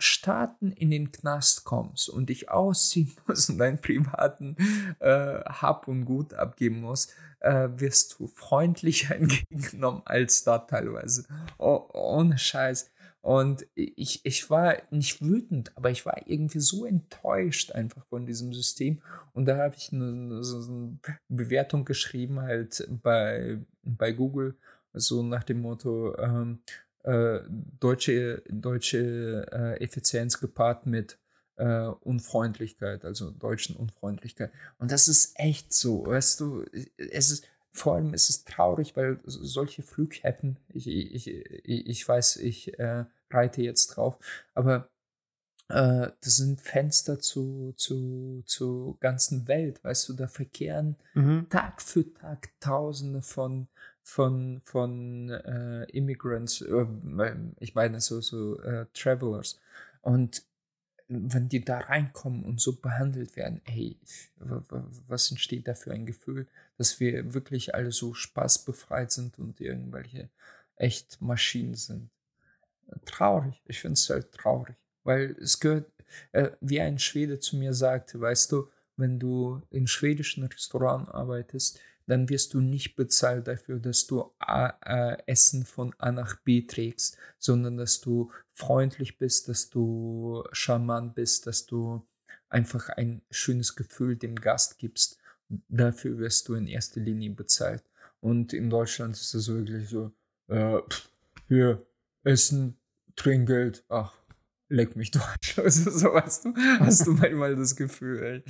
Staaten in den Knast kommst und dich ausziehen musst und deinen privaten äh, Hab und Gut abgeben musst, äh, wirst du freundlicher entgegengenommen als da teilweise. Oh, ohne Scheiß. Und ich, ich war nicht wütend, aber ich war irgendwie so enttäuscht einfach von diesem System. Und da habe ich eine, so eine Bewertung geschrieben, halt bei, bei Google, so nach dem Motto, ähm, äh, deutsche, deutsche äh, Effizienz gepaart mit äh, Unfreundlichkeit, also deutschen Unfreundlichkeit. Und das ist echt so, weißt du, es ist, vor allem ist es traurig, weil solche Flughäfen, ich, ich, ich, ich weiß, ich äh, reite jetzt drauf, aber äh, das sind Fenster zu, zu, zur ganzen Welt, weißt du, da verkehren Mhm. Tag für Tag Tausende von, von, von äh, Immigrants, äh, ich meine so, so äh, Travelers, und wenn die da reinkommen und so behandelt werden, hey, was entsteht da für ein Gefühl, dass wir wirklich alle so spaßbefreit sind und irgendwelche echt Maschinen sind. Traurig, ich finde es halt traurig, weil es gehört, äh, wie ein Schwede zu mir sagte, weißt du, wenn du in schwedischen Restaurants arbeitest, dann wirst du nicht bezahlt dafür, dass du A, äh, Essen von A nach B trägst, sondern dass du freundlich bist, dass du charmant bist, dass du einfach ein schönes Gefühl dem Gast gibst. Dafür wirst du in erster Linie bezahlt. Und in Deutschland ist es wirklich so, äh, pff, hier, Essen, Trinkgeld, ach, leck mich durch. Also, so hast du, hast du manchmal das Gefühl, ey.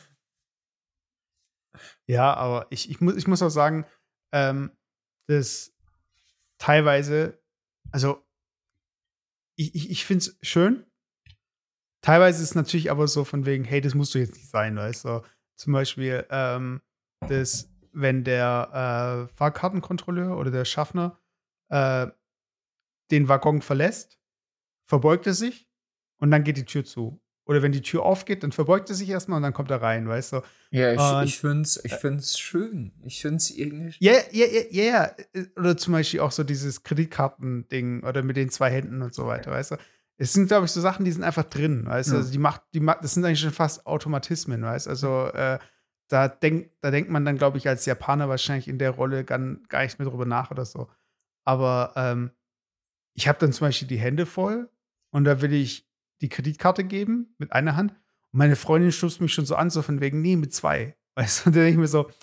Ja, aber ich, ich, muss, ich muss auch sagen, ähm, dass teilweise, also ich, ich, ich finde es schön. Teilweise ist es natürlich aber so von wegen, hey, das musst du jetzt nicht sein, weißt du. Zum Beispiel, ähm, dass, wenn der äh, Fahrkartenkontrolleur oder der Schaffner äh, den Waggon verlässt, verbeugt er sich und dann geht die Tür zu. Oder wenn die Tür aufgeht, dann verbeugt er sich erstmal und dann kommt er rein, weißt du. Ja, ich, Und, ich finde es ich find's schön. Ich finde es irgendwie. Ja, ja, ja, ja, ja. Oder zum Beispiel auch so dieses Kreditkartending oder mit den zwei Händen und so weiter, weißt du. Es sind, glaube ich, so Sachen, die sind einfach drin, weißt du. Ja. Also die macht, die macht, das sind eigentlich schon fast Automatismen, weißt du. Also äh, da, denk, da denkt man dann, glaube ich, als Japaner wahrscheinlich in der Rolle gar, gar nicht mehr drüber nach oder so. Aber ähm, ich habe dann zum Beispiel die Hände voll und da will ich die Kreditkarte geben mit einer Hand. Und meine Freundin stupst mich schon so an, so von wegen, nee, mit zwei. Weißt du, und dann denke ich mir so,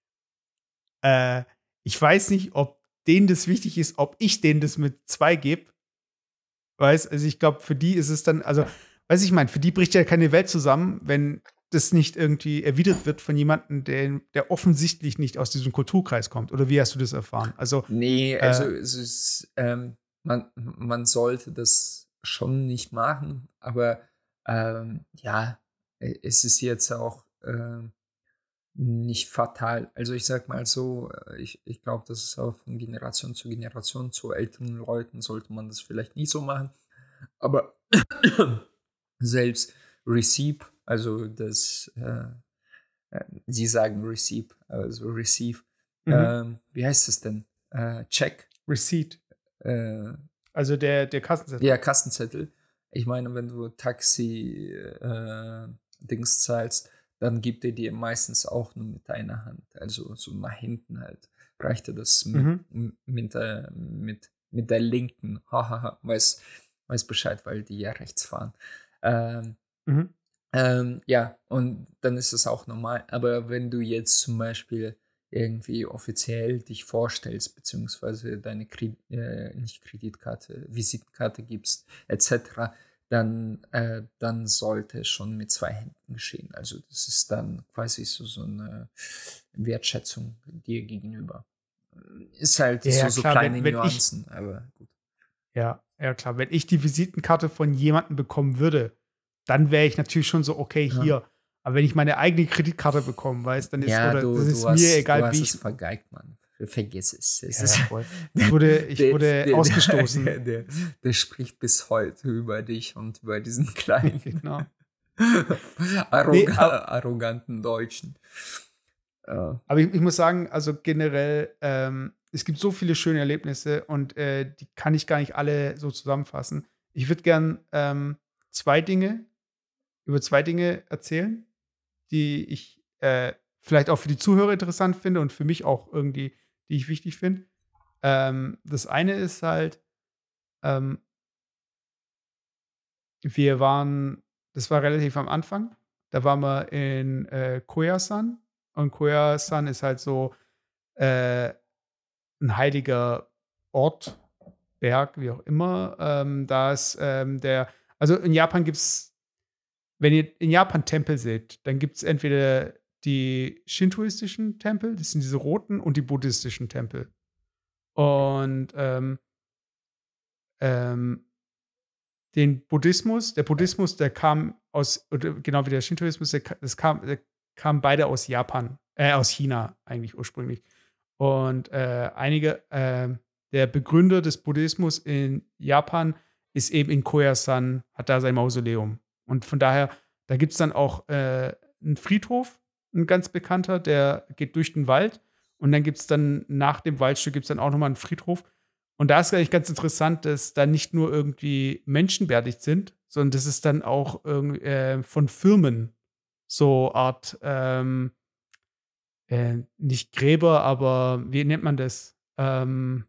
äh, ich weiß nicht, ob denen das wichtig ist, ob ich denen das mit zwei gebe. Weißt, also ich glaube, für die ist es dann, also, weiß ich meine, für die bricht ja keine Welt zusammen, wenn das nicht irgendwie erwidert wird von jemandem, der, der offensichtlich nicht aus diesem Kulturkreis kommt. Oder wie hast du das erfahren? Also, Nee, also äh, es ist, ähm, man, man sollte das schon nicht machen, aber ähm, ja, äh, es ist jetzt auch ähm, nicht fatal. Also ich sag mal so, äh, ich, ich glaube, das ist auch von Generation zu Generation, zu älteren Leuten sollte man das vielleicht nicht so machen. Aber selbst Receive, also das, äh, äh, sie sagen Receive, also Receive, mhm. ähm, wie heißt es denn? Äh, Check. Receipt. Äh, Also der, der Kassenzettel. ja, Kassenzettel. Ich meine, wenn du Taxi-Dings zahlst, dann gibt er dir meistens auch nur mit einer Hand. Also so nach hinten halt. Reicht dir das mit, Mhm. m- mit, der, mit, mit der linken. Hahaha, weiß, weiß Bescheid, weil die ja rechts fahren. Ähm, Mhm. ähm, ja, und dann ist es auch normal. Aber wenn du jetzt zum Beispiel irgendwie offiziell dich vorstellst, beziehungsweise deine Kredit, äh, nicht Kreditkarte, Visitenkarte gibst, et cetera, dann, äh, dann sollte es schon mit zwei Händen geschehen. Also das ist dann quasi so, so eine Wertschätzung dir gegenüber. Ist halt Ja, so, ja, so klar, kleine wenn, wenn ich, Nuancen, aber gut. ja, ja, klar, wenn ich die Visitenkarte von jemandem bekommen würde, dann wäre ich natürlich schon so, okay, Ja, hier. Aber wenn ich meine eigene Kreditkarte bekommen weiß, dann ist, ja oder das du, ist du, mir hast, du egal, hast wie es ich. vergeigt, Mann. Vergiss es. Es Ja, ist ja, voll. Ich wurde, ich der, wurde der, ausgestoßen. Der, der, der spricht bis heute über dich und über diesen kleinen, Genau. Nee, arroga aber, arroganten Deutschen. Ja. aber ich, ich muss sagen, also generell, ähm, es gibt so viele schöne Erlebnisse und äh, die kann ich gar nicht alle so zusammenfassen. Ich würde gern ähm, zwei Dinge, über zwei Dinge erzählen, die ich äh, vielleicht auch für die Zuhörer interessant finde und für mich auch irgendwie, die ich wichtig finde. Ähm, das eine ist halt, ähm, wir waren, das war relativ am Anfang, da waren wir in äh, Koyasan und Koyasan ist halt so äh, ein heiliger Ort, Berg, wie auch immer. Ähm, da ist ähm, der, also in Japan gibt es, wenn ihr in Japan Tempel seht, dann gibt es entweder die shintoistischen Tempel, das sind diese roten, und die buddhistischen Tempel. Und ähm, ähm, den Buddhismus, der Buddhismus, der kam aus, oder genau wie der Shintoismus, der, ka- das kam, der kam beide aus Japan, äh, aus China eigentlich ursprünglich. Und äh, einige, äh, der Begründer des Buddhismus in Japan ist eben in Koyasan, hat da sein Mausoleum. Und von daher, da gibt es dann auch äh, einen Friedhof, ein ganz bekannter, der geht durch den Wald. Und dann gibt es dann, nach dem Waldstück gibt es dann auch nochmal einen Friedhof. Und da ist eigentlich ganz interessant, dass da nicht nur irgendwie Menschen beerdigt sind, sondern das ist dann auch irgendwie, äh, von Firmen so Art, ähm, äh, nicht Gräber, aber wie nennt man das? Ähm,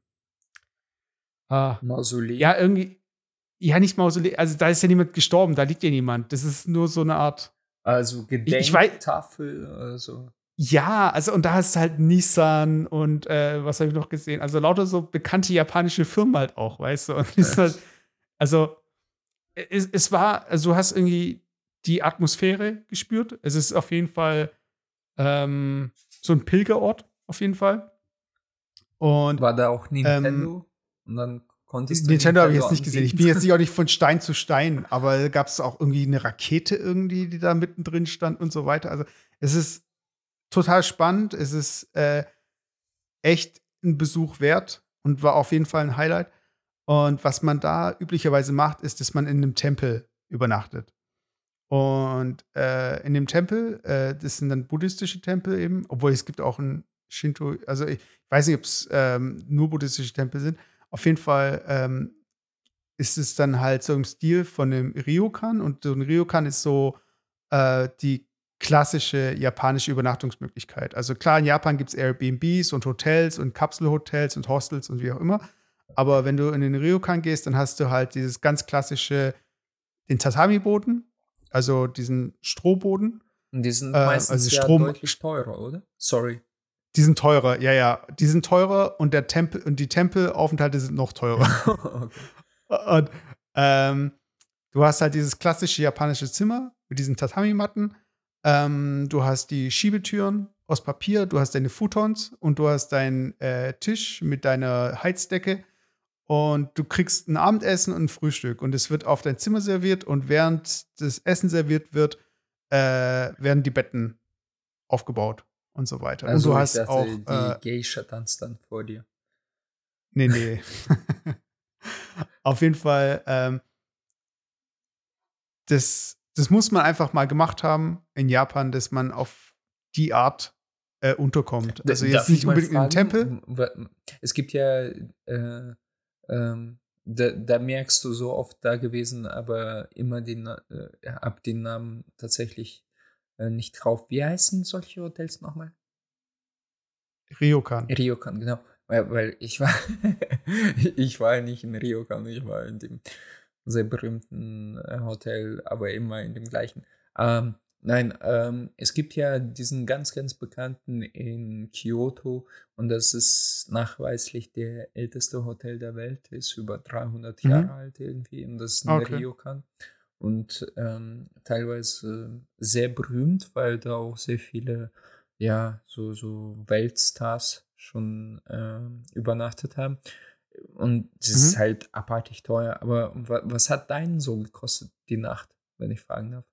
ah, Mausoleum. ja, irgendwie, ja, nicht Mausoleum, also da ist ja niemand gestorben, da liegt ja niemand. Das ist nur so eine Art. Also Ich, ich weiß, Gedenktafel oder so. ja, also und da hast du halt Nissan und äh, was habe ich noch gesehen? Also lauter so bekannte japanische Firmen halt auch, weißt du? Und ist halt, also es, es war, also du hast irgendwie die Atmosphäre gespürt. Es ist auf jeden Fall ähm, so ein Pilgerort, auf jeden Fall. Und War da auch ähm, Nintendo? Und dann konntest du Nintendo habe ich jetzt nicht anbieten. gesehen. Ich bin jetzt nicht auch nicht von Stein zu Stein, aber gab es auch irgendwie eine Rakete irgendwie, die da mittendrin stand und so weiter. Also es ist total spannend. Es ist äh, echt ein Besuch wert und war auf jeden Fall ein Highlight. Und was man da üblicherweise macht, ist, dass man in einem Tempel übernachtet. Und äh, in dem Tempel, äh, das sind dann buddhistische Tempel eben, obwohl es gibt auch ein Shinto, also ich weiß nicht, ob es ähm, nur buddhistische Tempel sind. Auf jeden Fall ähm, ist es dann halt so im Stil von einem Ryokan. Und so ein Ryokan ist so äh, die klassische japanische Übernachtungsmöglichkeit. Also klar, in Japan gibt es Airbnbs und Hotels und Kapselhotels und Hostels und wie auch immer. Aber wenn du in den Ryokan gehst, dann hast du halt dieses ganz klassische, den Tatami-Boden, also diesen Strohboden. Und die sind Äh, meistens also ja Strom, deutlich teurer, oder? Sorry. die sind teurer, ja, ja. Die sind teurer und der Tempel und die Tempelaufenthalte sind noch teurer. Okay. Und ähm, du hast halt dieses klassische japanische Zimmer mit diesen Tatami-Matten. Ähm, du hast die Schiebetüren aus Papier, du hast deine Futons und du hast deinen äh, Tisch mit deiner Heizdecke. Und du kriegst ein Abendessen und ein Frühstück. Und es wird auf dein Zimmer serviert. Und während das Essen serviert wird, äh, werden die Betten aufgebaut und so weiter. Also und du ich hast dachte, auch. die Äh, Geisha tanzt dann vor dir. nee, nee. Auf jeden Fall, ähm, das, das muss man einfach mal gemacht haben in Japan, dass man auf die Art äh, unterkommt. Also D- jetzt Darf ich nicht mal unbedingt in einem fragen? Tempel. W- Es gibt ja, äh, ähm, da, da merkst du so oft da gewesen, aber immer den, Na- äh, hab den Namen tatsächlich äh, nicht drauf. Wie heißen solche Hotels nochmal? Ryokan. Ryokan, genau. Weil, weil ich war, ich war nicht in Ryokan, ich war in dem sehr berühmten äh, Hotel, aber immer in dem gleichen. Ähm, nein, ähm, es gibt ja diesen ganz, ganz bekannten in Kyoto und das ist nachweislich der älteste Hotel der Welt, ist über dreihundert Jahre Mhm. alt irgendwie und das ist ein Okay. Ryokan und ähm, teilweise sehr berühmt, weil da auch sehr viele ja, so, so Weltstars schon ähm, übernachtet haben. Und es ist Mhm. halt abartig teuer. Aber wa was hat deinen so gekostet, die Nacht, wenn ich fragen darf?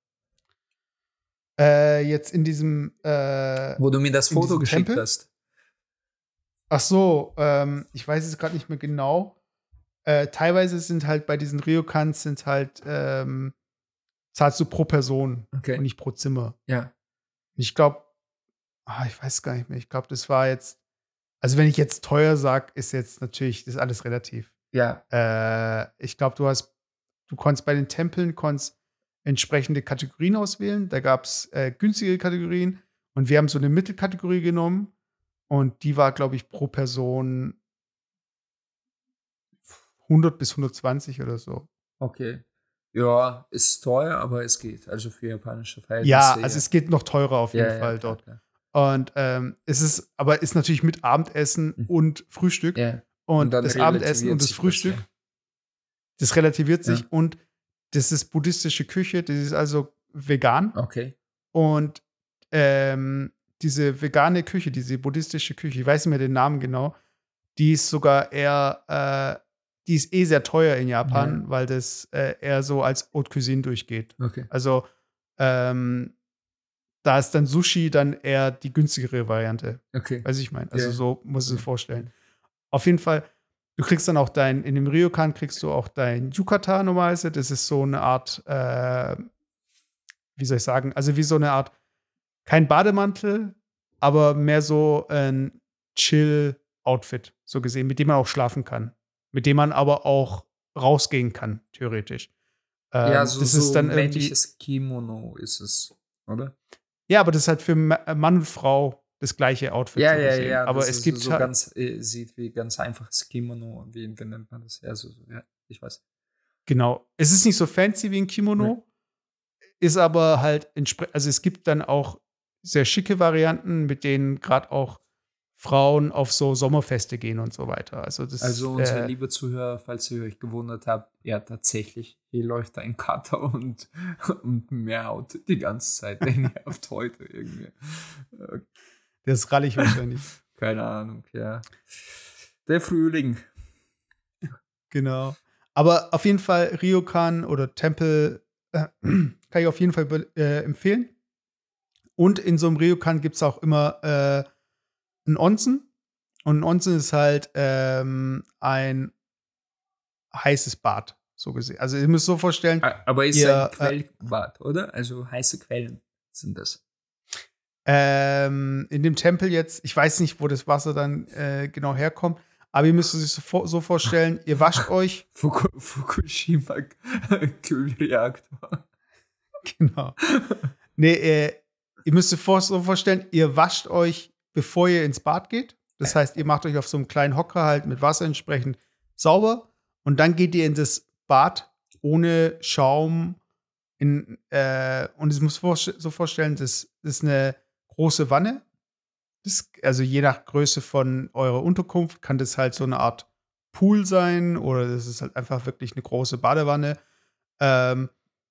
Äh, jetzt in diesem, äh, Wo du mir das in Foto diesem geschickt Tempel. hast. Ach so, ähm, ich weiß es gerade nicht mehr genau. Äh, teilweise sind halt bei diesen Ryokans sind halt, ähm, zahlst du pro Person und Okay. nicht pro Zimmer. Ja. Ich glaube, ah, ich weiß gar nicht mehr. Ich glaube, das war jetzt, also wenn ich jetzt teuer sage, ist jetzt natürlich, das ist alles relativ. Ja. Äh, ich glaube, du hast, du konntest bei den Tempeln, konntest entsprechende Kategorien auswählen. Da gab es äh, günstige Kategorien und wir haben so eine Mittelkategorie genommen und die war, glaube ich, pro Person hundert bis hundertzwanzig oder so. Okay. Ja, ist teuer, aber es geht. Also für japanische Verhältnisse. Ja, also es geht noch teurer auf jeden ja, Fall ja, klar, dort. klar. Und ähm, es ist, aber ist natürlich mit Abendessen Mhm. und Frühstück. Ja. Und, Und dann das Abendessen relativiert und das sich das, Frühstück, ja. das relativiert sich Ja. und das ist buddhistische Küche, das ist also vegan. Okay. Und ähm, diese vegane Küche, diese buddhistische Küche, ich weiß nicht mehr den Namen genau, die ist sogar eher, äh, die ist eh sehr teuer in Japan, Ja. weil das äh, eher so als Haute Cuisine durchgeht. Okay. Also ähm, da ist dann Sushi dann eher die günstigere Variante. Okay. Weiß ich meine. Also Ja. so muss es Ja. sich vorstellen. Auf jeden Fall, du kriegst dann auch dein, in dem Ryokan kriegst du auch dein Yukata normalerweise. Das ist so eine Art, äh, wie soll ich sagen, also wie so eine Art, kein Bademantel, aber mehr so ein Chill-Outfit, so gesehen, mit dem man auch schlafen kann. Mit dem man aber auch rausgehen kann, theoretisch. Ähm, Ja, so, das so ist dann irgendwie, männliches Kimono ist es, oder? ja, aber das ist halt für Ma- Mann und Frau das gleiche Outfit, Ja, so ja, gesehen. ja. Aber das es ist gibt so halt, ganz, äh, sieht wie ganz einfaches Kimono. Wie, wie nennt man das? Ja, so, so, ja, ich weiß. genau. Es ist nicht so fancy wie ein Kimono, ist aber halt entsprechend, also es gibt dann auch sehr schicke Varianten, mit denen gerade auch Frauen auf so Sommerfeste gehen und so weiter. Also das, Also unsere äh, liebe Zuhörer, falls ihr euch gewundert habt, ja tatsächlich, hier läuft ein Kater und, und miaut die ganze Zeit. Nervt heute irgendwie. Äh, der ist rallig wahrscheinlich. Keine Ahnung, ja. Der Frühling. Genau. Aber auf jeden Fall Ryokan oder Tempel äh, kann ich auf jeden Fall be- äh, empfehlen. Und in so einem Ryokan gibt es auch immer äh, ein Onsen. Und ein Onsen ist halt ähm, ein heißes Bad, so gesehen. Also ihr müsst so vorstellen, A- Aber ist ein ihr äh, Quellbad, oder? Also heiße Quellen sind das. ähm, in dem Tempel jetzt, ich weiß nicht, wo das Wasser dann äh, genau herkommt, aber ihr müsst es sich so, vor- so vorstellen, ihr wascht euch, Fuku Fukushima Kühlreaktor. genau. Nee, äh, ihr müsst euch vor- so vorstellen, ihr wascht euch, bevor ihr ins Bad geht. Das heißt, ihr macht euch auf so einem kleinen Hocker halt mit Wasser entsprechend sauber und dann geht ihr in das Bad ohne Schaum. In, äh, und ich muss vor, so vorstellen, das, das ist eine große Wanne. Das, also je nach Größe von eurer Unterkunft kann das halt so eine Art Pool sein oder das ist halt einfach wirklich eine große Badewanne. Ähm,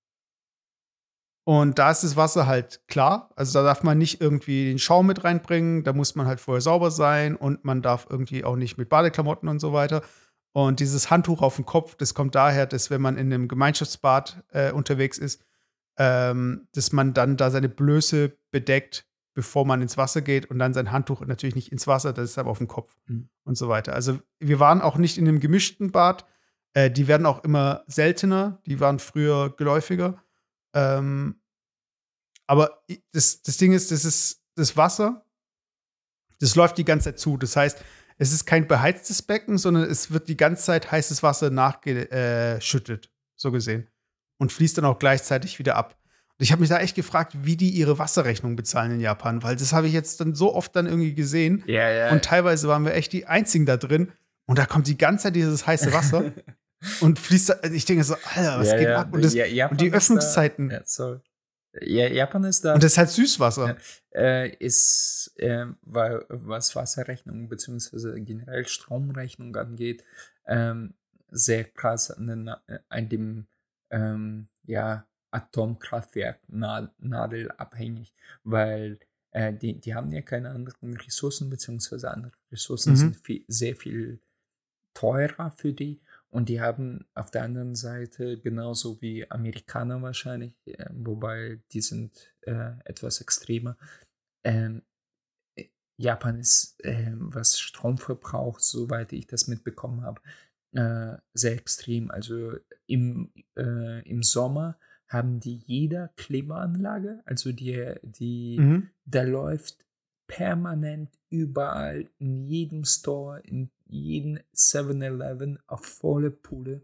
und da ist das Wasser halt klar. Also da darf man nicht irgendwie den Schaum mit reinbringen. Da muss man halt vorher sauber sein und man darf irgendwie auch nicht mit Badeklamotten und so weiter. Und dieses Handtuch auf dem Kopf, das kommt daher, dass wenn man in einem Gemeinschaftsbad äh, unterwegs ist, ähm, dass man dann da seine Blöße bedeckt, bevor man ins Wasser geht und dann sein Handtuch natürlich nicht ins Wasser, das ist aber auf dem Kopf Mhm. und so weiter. Also wir waren auch nicht in einem gemischten Bad. Äh, die werden auch immer seltener. Die waren früher geläufiger. Ähm, aber i- das, das Ding ist, das ist das Wasser, das läuft die ganze Zeit zu. Das heißt, es ist kein beheiztes Becken, sondern es wird die ganze Zeit heißes Wasser nachgeschüttet, so gesehen. Und fließt dann auch gleichzeitig wieder ab. Und ich habe mich da echt gefragt, wie die ihre Wasserrechnung bezahlen in Japan, weil das habe ich jetzt dann so oft dann irgendwie gesehen. Ja, ja. Und teilweise waren wir echt die Einzigen da drin. Und da kommt die ganze Zeit dieses heiße Wasser und fließt da, ich denke so, Alter, was ja, geht ja. ab? Und, das, Ja, Japan und die ist da- Öffnungszeiten. Ja, sorry. Ja, Japan ist da. Und das ist halt Süßwasser. Ja, äh, ist, äh, weil, was Wasserrechnung bzw. generell Stromrechnung angeht, ähm, sehr krass an, den, äh, an dem ähm, ja, Atomkraftwerk na, Nadel abhängig, weil äh, die, die haben ja keine anderen Ressourcen, beziehungsweise andere Ressourcen Mhm. sind viel, sehr viel teurer für die. Und die haben auf der anderen Seite genauso wie Amerikaner wahrscheinlich, äh, wobei die sind äh, etwas extremer. Ähm, äh, Japan ist, äh, was Stromverbrauch, soweit ich das mitbekommen habe, äh, sehr extrem. Also im, äh, im Sommer haben die jeder Klimaanlage, also die, die Mhm. da läuft permanent überall, in jedem Store, in jedem seven eleven auf volle Pulle.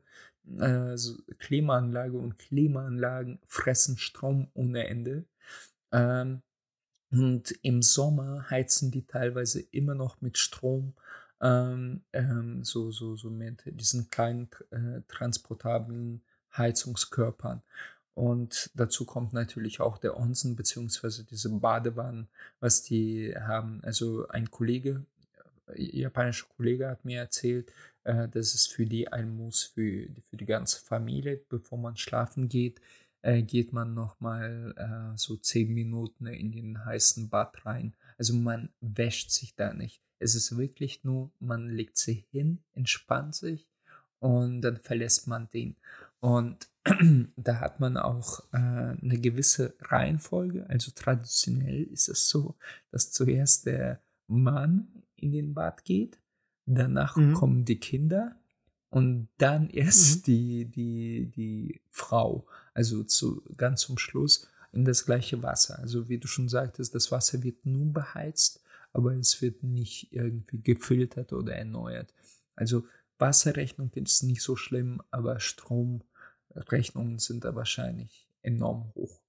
äh, so Klimaanlage und Klimaanlagen fressen Strom ohne Ende. Ähm, und im Sommer heizen die teilweise immer noch mit Strom, ähm, ähm, so, so, so mit diesen kleinen äh, transportablen Heizungskörpern. Und dazu kommt natürlich auch der Onsen beziehungsweise diese Badewannen, was die haben. Also ein Kollege, äh, japanischer Kollege hat mir erzählt, äh, dass es für die ein Muss für, für die ganze Familie, bevor man schlafen geht, äh, geht man nochmal äh, so zehn Minuten in den heißen Bad rein. Also man wäscht sich da nicht. Es ist wirklich nur, man legt sich hin, entspannt sich und dann verlässt man den. Und da hat man auch äh, eine gewisse Reihenfolge. Also traditionell ist es so, dass zuerst der Mann in den Bad geht, danach Mhm. kommen die Kinder und dann erst Mhm. die, die, die Frau. Also zu, ganz zum Schluss in das gleiche Wasser. Also wie du schon sagtest, das Wasser wird nun beheizt, aber es wird nicht irgendwie gefiltert oder erneuert. Also Wasserrechnung ist nicht so schlimm, aber Stromrechnungen sind da wahrscheinlich enorm hoch.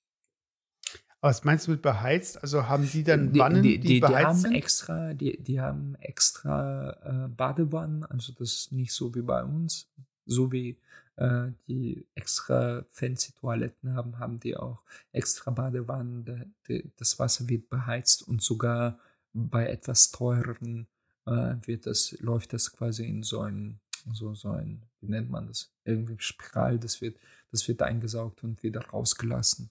Was meinst du mit beheizt? Also haben die dann Die, Wannen, die, die die, die beheizt haben sind? extra, die, die haben extra äh, Badewannen, also das ist nicht so wie bei uns, so wie äh, die extra fancy Toiletten haben, haben die auch extra Badewannen. Da, die, das Wasser wird beheizt und sogar bei etwas teureren äh, wird das, läuft das quasi in so ein, so, so ein, wie nennt man das? Irgendwie Spiral, das wird, das wird eingesaugt und wieder rausgelassen.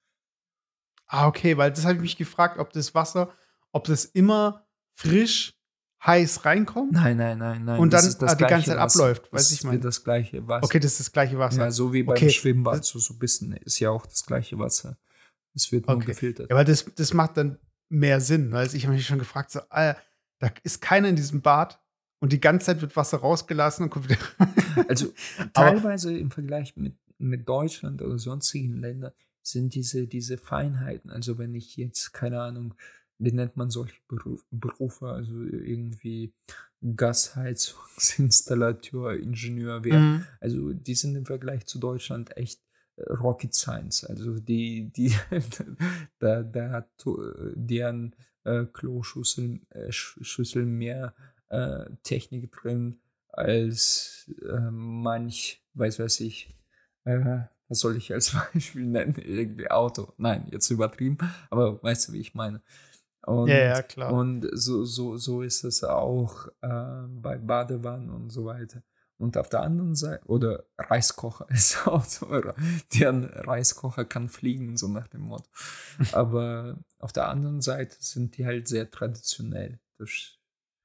Ah, okay, weil das habe ich mich gefragt, ob das Wasser, ob das immer frisch heiß reinkommt Nein, nein, nein, nein, und das dann ist ah, das die ganze gleiche Zeit Wasser. abläuft, Das weißt du, ich ist wie meine. das gleiche Wasser. Okay, das ist das gleiche Wasser. Ja, so wie beim Okay, Schwimmbad, das, so, so ein bisschen ist ja auch das gleiche Wasser. Es wird nur okay. gefiltert. Ja, aber das, das macht dann mehr Sinn, weil ich habe mich schon gefragt, so, ah, da ist keiner in diesem Bad und die ganze Zeit wird Wasser rausgelassen und kommt wieder. Also Aber teilweise im Vergleich mit, mit Deutschland oder sonstigen Ländern sind diese, diese Feinheiten, also wenn ich jetzt, keine Ahnung, wie nennt man solche Beruf, Berufe, also irgendwie Gasheizungsinstallateur, Ingenieur wäre, mhm. also die sind im Vergleich zu Deutschland echt äh, Rocket Science, also die, die, da, da hat äh, deren äh, Kloschüsseln äh, Sch- Schüsseln mehr äh, Technik drin als äh, manch, weiß weiß ich, äh, was soll ich als Beispiel nennen? Irgendwie Auto. Nein, jetzt übertrieben, aber weißt du, wie ich meine. Ja, ja, Und, klar. und so, so, so ist es auch äh, bei Badewannen und so weiter. Und auf der anderen Seite, oder Reiskocher ist auch so, deren Reiskocher kann fliegen, so nach dem Motto. Aber auf der anderen Seite sind die halt sehr traditionell. Das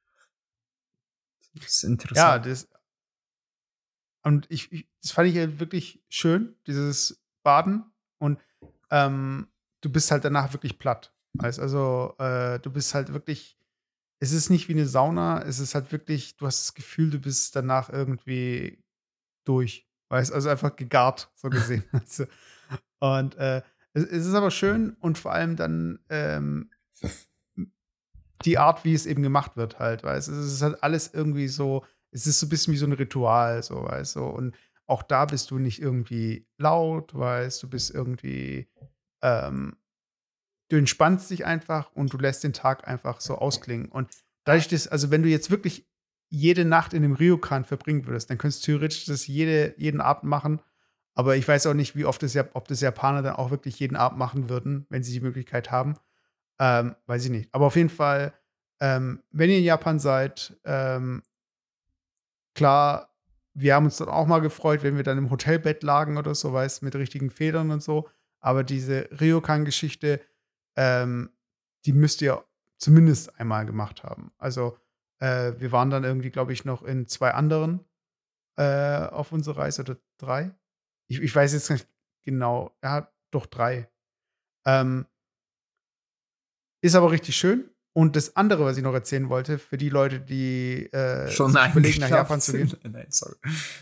ist Ja, interessant. das, und ich, ich das fand ich halt wirklich schön, dieses Baden. Und ähm, du bist halt danach wirklich platt. Weißt, also, äh, du bist halt wirklich, es ist nicht wie eine Sauna, es ist halt wirklich, du hast das Gefühl, du bist danach irgendwie durch. Weißt, also einfach gegart, so gesehen. Also, und äh, es, es ist aber schön und vor allem dann ähm, die Art, wie es eben gemacht wird, halt, weißt du? Es ist halt alles irgendwie so, es ist so ein bisschen wie so ein Ritual, so, weißt du? Und auch da bist du nicht irgendwie laut, weißt du, bist irgendwie, ähm du entspannst dich einfach und du lässt den Tag einfach so ausklingen. Und dadurch, dass, also wenn du jetzt wirklich jede Nacht in dem Ryokan verbringen würdest, dann könntest du theoretisch das jede, jeden Abend machen. Aber ich weiß auch nicht, wie oft das, Jap- ob das Japaner dann auch wirklich jeden Abend machen würden, wenn sie die Möglichkeit haben. Ähm, weiß ich nicht. Aber auf jeden Fall, ähm, wenn ihr in Japan seid, ähm, klar, wir haben uns dann auch mal gefreut, wenn wir dann im Hotelbett lagen oder so, weißt, mit richtigen Federn und so. Aber diese Ryokan-Geschichte, ähm, die müsst ihr zumindest einmal gemacht haben. Also, äh, wir waren dann irgendwie, glaube ich, noch in zwei anderen äh, auf unserer Reise oder drei. Ich, ich weiß jetzt nicht genau. Ja, doch drei. Ähm, ist aber richtig schön. Und das andere, was ich noch erzählen wollte, für die Leute, die äh, Schon sich überlegen, nach eingeschlafen Japan zu gehen. sind. Nein, sorry.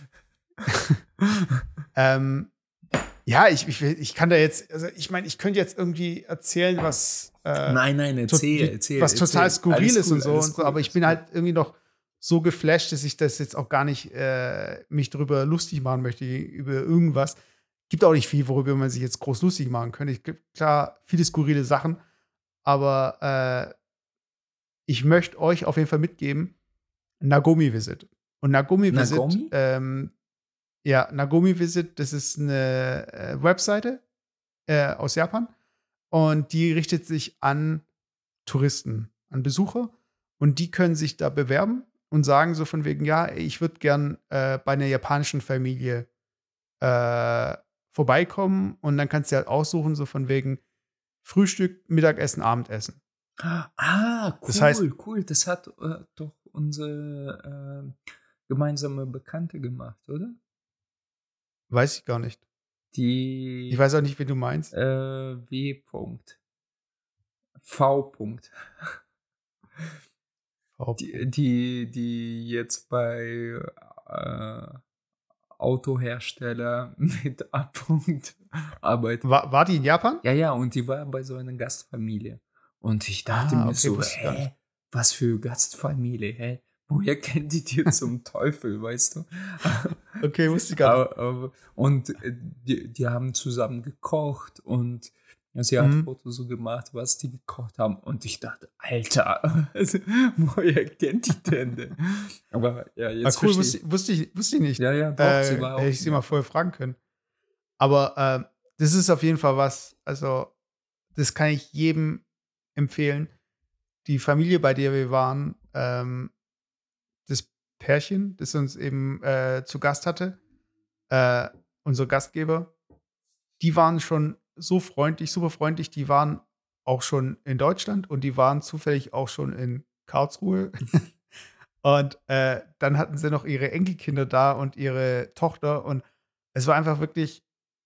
Ähm, ja, ich, ich, ich kann da jetzt, also ich meine, ich könnte jetzt irgendwie erzählen, was, äh, Nein, nein, to erzähl, wie, erzähl, was total erzähl. skurril Alles ist und cool, so und alles so, cool, aber ich alles bin cool. halt irgendwie noch so geflasht, dass ich das jetzt auch gar nicht äh, mich darüber lustig machen möchte, über irgendwas. Gibt auch nicht viel, worüber man sich jetzt groß lustig machen könnte. Es gibt klar viele skurrile Sachen, aber äh, ich möchte euch auf jeden Fall mitgeben, Nagomi Visit. Und Nagomi Visit, Nagomi? ähm, ja, Nagomi Visit, das ist eine äh, Webseite äh, aus Japan und die richtet sich an Touristen, an Besucher und die können sich da bewerben und sagen so von wegen, ja, ich würde gern äh, bei einer japanischen Familie äh, vorbeikommen und dann kannst du halt aussuchen, so von wegen Frühstück, Mittagessen, Abendessen. Ah, cool, Das heißt- cool. Das hat äh, doch unsere äh, gemeinsame Bekannte gemacht, oder? Weiß ich gar nicht. Die Ich weiß auch nicht, wen du meinst. äh, W. -Punkt. V. -Punkt. Oh, Die, die, die jetzt bei äh, Autohersteller mit A. -Punkt arbeitet. war, war die in Japan? Ja, ja, und die war bei so einer Gastfamilie. Und ich dachte Ah, mir okay, so, wusste ich gar nicht. hä, was für Gastfamilie, hä? Woher kennt die dir zum Teufel, weißt du? Okay, wusste ich gar nicht. Aber, aber, und äh, die, die haben zusammen gekocht und sie hat Mhm. Fotos so gemacht, was die gekocht haben. Und ich dachte, Alter, also, woher kennt die denn? denn? Aber ja, Ah, jetzt cool, verstehe wusste, ich. wusste, ich, wusste ich nicht. Ja, ja, doch, äh, sie war auch. hätte ich sie mal vorher fragen können. Aber äh, das ist auf jeden Fall was, also das kann ich jedem empfehlen. Die Familie, bei der wir waren, ähm, das Pärchen, das uns eben äh, zu Gast hatte, äh, unsere Gastgeber, die waren schon so freundlich, super freundlich, die waren auch schon in Deutschland und die waren zufällig auch schon in Karlsruhe. Und äh, dann hatten sie noch ihre Enkelkinder da und ihre Tochter und es war einfach wirklich,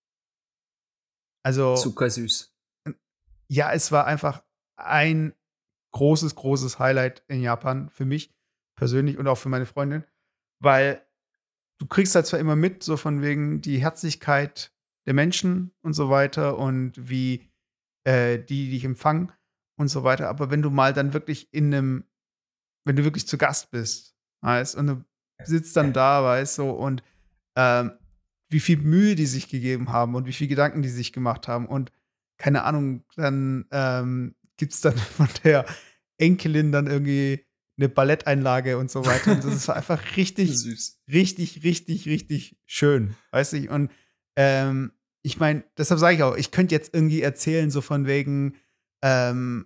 also Zuckersüß. ja, es war einfach ein großes, großes Highlight in Japan für mich persönlich und auch für meine Freundin, weil du kriegst halt zwar immer mit, so von wegen die Herzlichkeit der Menschen und so weiter und wie äh, die dich empfangen und so weiter, aber wenn du mal dann wirklich in einem, wenn du wirklich zu Gast bist, weißt, und du sitzt dann da, weißt so, und ähm, wie viel Mühe die sich gegeben haben und wie viel Gedanken die sich gemacht haben und keine Ahnung, dann ähm, gibt's dann von der Enkelin dann irgendwie eine Balletteinlage und so weiter. Und das ist einfach richtig, Süß. richtig, richtig, richtig schön, weißt du? Und ähm, ich meine, deshalb sage ich auch, ich könnte jetzt irgendwie erzählen, so von wegen, ähm,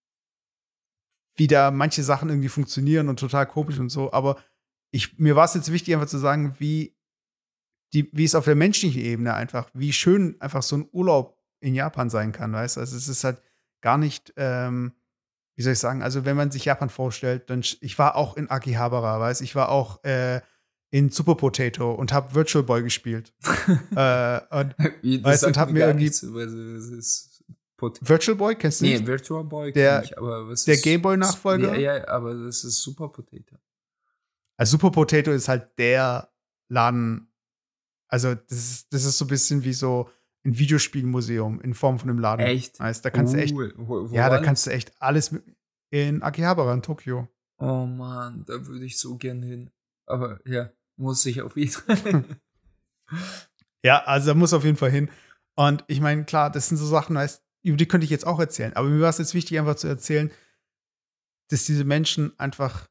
wie da manche Sachen irgendwie funktionieren und total komisch und so, aber ich, mir war es jetzt wichtig, einfach zu sagen, wie, die, wie es auf der menschlichen Ebene einfach, wie schön einfach so ein Urlaub in Japan sein kann, weißt du? Also es ist halt gar nicht, ähm, wie soll ich sagen, also wenn man sich Japan vorstellt, dann, sch- ich war auch in Akihabara, weißt du, ich war auch äh, in Super Potato und habe Virtual Boy gespielt. äh, und Wie, das Weißt du, sagt und hab mir mir gar irgendwie- nichts, aber es ist Pot- Virtual Boy, kennst du Nee, nicht? Virtual Boy Der- kenn ich, aber was der ist Gameboy-Nachfolger? Ja, ja, aber das ist Super Potato. Also Super Potato ist halt der Laden, also das ist, das ist so ein bisschen wie so ein Videospielmuseum in Form von einem Laden. Echt? Weißt, da kannst du echt, Cool. Wo, wo ja, da war kannst das? du echt alles mit, in Akihabara in Tokio. Oh Mann, da würde ich so gern hin. Aber ja, muss ich auf jeden Fall. Ja, also da muss auf jeden Fall hin. Und ich meine, klar, das sind so Sachen, weißt, über die könnte ich jetzt auch erzählen. Aber mir war es jetzt wichtig, einfach zu erzählen, dass diese Menschen einfach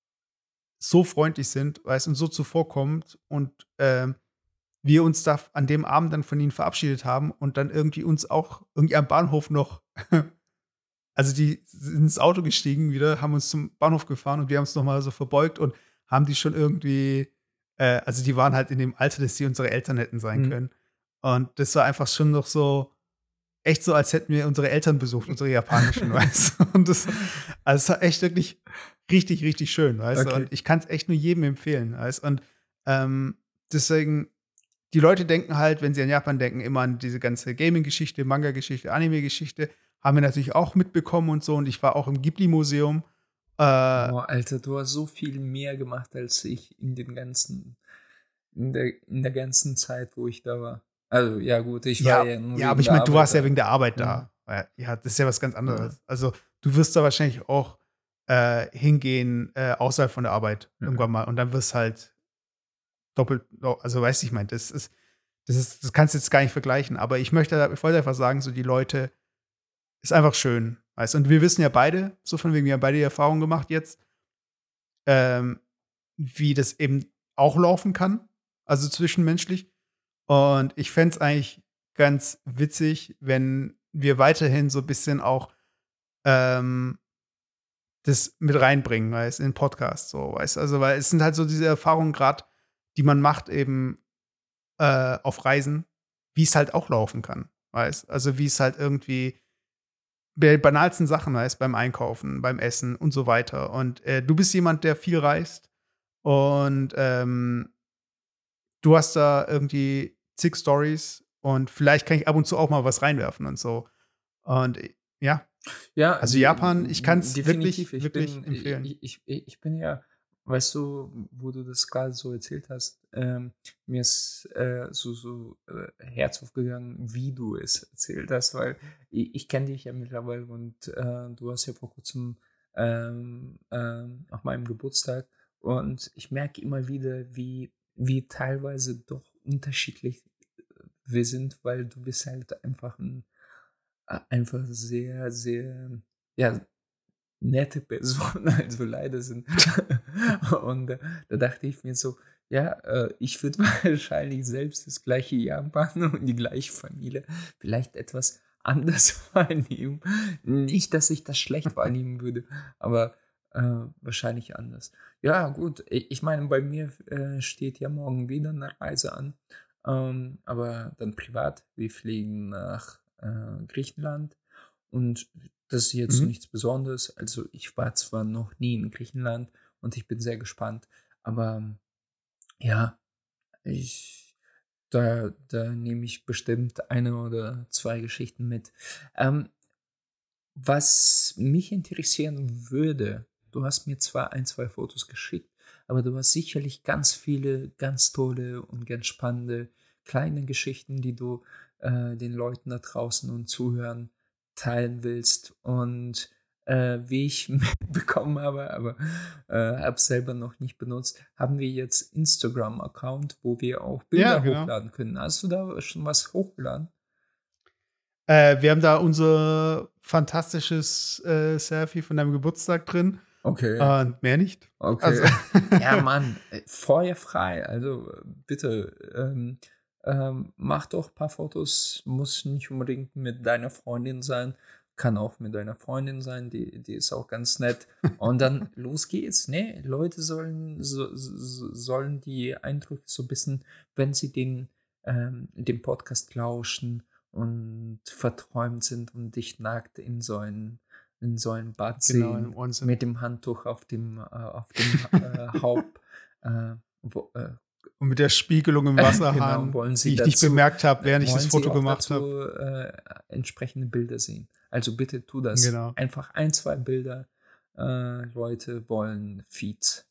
so freundlich sind, weißt, und so zuvorkommend und ähm, wir uns da an dem Abend dann von ihnen verabschiedet haben und dann irgendwie uns auch irgendwie am Bahnhof noch, also die sind ins Auto gestiegen wieder, haben uns zum Bahnhof gefahren und wir haben uns noch mal so verbeugt und haben die schon irgendwie, äh, also die waren halt in dem Alter, dass sie unsere Eltern hätten sein Mhm. können. Und das war einfach schon noch so, echt so, als hätten wir unsere Eltern besucht, unsere japanischen, weißt du. Und das, also es war echt wirklich richtig, richtig schön, weißt du. Okay. Und ich kann es echt nur jedem empfehlen, weißt du. Und ähm, deswegen, die Leute denken halt, wenn sie an Japan denken, immer an diese ganze Gaming-Geschichte, Manga-Geschichte, Anime-Geschichte. Haben wir natürlich auch mitbekommen und so. Und ich war auch im Ghibli-Museum. Äh, Boah, Alter, du hast so viel mehr gemacht als ich in den ganzen, in der, in der ganzen Zeit, wo ich da war. Also, ja, gut, ich ja, war ja nur ja, wegen aber ich der meine, du Arbeit warst ja da. wegen der Arbeit Ja. da. Ja, Ja, das ist ja was ganz anderes. Also, du wirst da wahrscheinlich auch äh, hingehen äh, außerhalb von der Arbeit Mhm. irgendwann mal. Und dann wirst halt doppelt, also weißt du, ich meine, das ist, das ist, das kannst du jetzt gar nicht vergleichen. Aber ich möchte, ich wollte einfach sagen, so die Leute, ist einfach schön. Weißt? Und wir wissen ja beide, so von wegen, wir haben beide die Erfahrung gemacht jetzt, ähm, wie das eben auch laufen kann, also zwischenmenschlich. Und ich fände es eigentlich ganz witzig, wenn wir weiterhin so ein bisschen auch ähm, das mit reinbringen, weißt, in den Podcast, so, weißt, also, weil es sind halt so diese Erfahrungen gerade, die man macht eben äh, auf Reisen, wie es halt auch laufen kann, weißt, also wie es halt irgendwie bei banalsten Sachen heißt, beim Einkaufen, beim Essen und so weiter. Und äh, du bist jemand, der viel reist und ähm, du hast da irgendwie zig Stories und vielleicht kann ich ab und zu auch mal was reinwerfen und so. Und äh, ja, Ja, also die, Japan, ich kann es definitiv. wirklich, Ich wirklich bin, empfehlen. ich, ich, ich bin ja, weißt du, wo du das gerade so erzählt hast, ähm, mir ist äh, so, so äh, Herz aufgegangen, wie du es erzählt hast, weil ich, ich kenne dich ja mittlerweile und äh, du hast ja vor kurzem ähm, ähm, auf meinem Geburtstag und ich merke immer wieder, wie, wie teilweise doch unterschiedlich wir sind, weil du bist halt einfach ein a- einfach sehr, sehr, ja, nette Person, also leider sind. Und äh, da dachte ich mir so, ja, äh, ich würde wahrscheinlich selbst das gleiche Japan und die gleiche Familie vielleicht etwas anders wahrnehmen. Nicht, dass ich das schlecht wahrnehmen würde, aber äh, wahrscheinlich anders. Ja, gut, ich ich meine, bei mir äh, steht ja morgen wieder eine Reise an, ähm, aber dann privat. Wir fliegen nach äh, Griechenland und das ist jetzt Mhm. nichts Besonderes. Also ich war zwar noch nie in Griechenland und ich bin sehr gespannt, aber ja, ich, da, da nehme ich bestimmt eine oder zwei Geschichten mit. Ähm, was mich interessieren würde, du hast mir zwar ein, zwei Fotos geschickt, aber du hast sicherlich ganz viele ganz tolle und ganz spannende kleine Geschichten, die du äh, den Leuten da draußen und Zuhören teilen willst. Und äh, wie ich mitbekommen habe, aber äh, habe es selber noch nicht benutzt, haben wir jetzt Instagram-Account, wo wir auch Ja, Bilder genau. hochladen können. Hast du da schon was hochgeladen? Äh, wir haben da unser fantastisches äh, Selfie von deinem Geburtstag drin Okay. und mehr nicht. Also, Okay. Ja, Mann, äh, Feuer frei. Also äh, bitte, ähm, ähm, mach doch ein paar Fotos. Muss nicht unbedingt mit deiner Freundin sein. Kann auch mit deiner Freundin sein. Die, die ist auch ganz nett. Und dann los geht's. Ne, Leute sollen, so, so, sollen die Eindrücke so ein bisschen, wenn sie den, ähm, dem Podcast lauschen und verträumt sind und dich nackt in so ein, in so ein Bad genau, im sehen Unsinn. mit dem Handtuch auf dem, äh, auf dem äh, Haupt. Äh, wo, äh, Und mit der Spiegelung im genau, Wasserhahn, wollen die Sie ich nicht dazu, bemerkt habe, äh, während ich das wollen Sie Foto auch gemacht habe. dazu äh, entsprechende Bilder sehen. Also bitte tu das. Genau. Einfach ein, zwei Bilder. Äh, Leute wollen Feeds.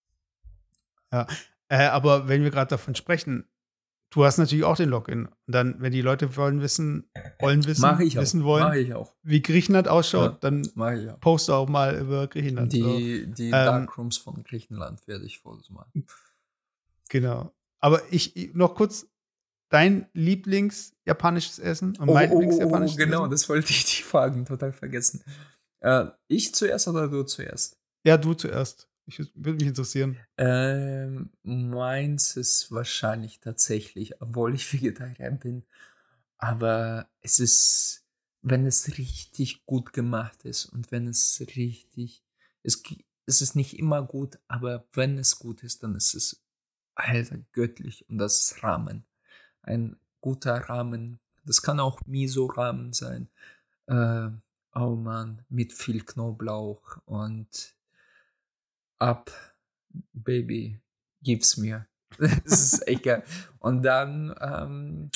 Ja. Äh, aber wenn wir gerade davon sprechen, du hast natürlich auch den Login. Und dann, wenn die Leute wollen wissen, wollen Mache wissen, ich auch. wissen Mache wollen, ich auch. wie Griechenland Ja, ausschaut, dann mache ich auch. poste auch mal über Griechenland. So. Die, die Ähm, Darkrooms von Griechenland werde ich Fotos machen. genau. Aber ich ich- noch kurz dein Lieblings-japanisches Essen und Oh, mein oh, oh, oh, oh, Lieblings-japanisches genau, Essen? das wollte ich dich fragen, total vergessen. Äh, ich zuerst oder du zuerst? Ja, du zuerst. Ich würde mich interessieren. Ähm, meins ist wahrscheinlich tatsächlich, obwohl ich Vegetarier bin, aber es ist, wenn es richtig gut gemacht ist und wenn es richtig, es, gi- es ist nicht immer gut, aber wenn es gut ist, dann ist es, Alter, göttlich und das ist Ramen. Ein guter Ramen, das kann auch Miso-Ramen sein. Äh, oh Mann, mit viel Knoblauch und ab, Baby, gib's mir. Das ist echt geil. Und dann, ähm,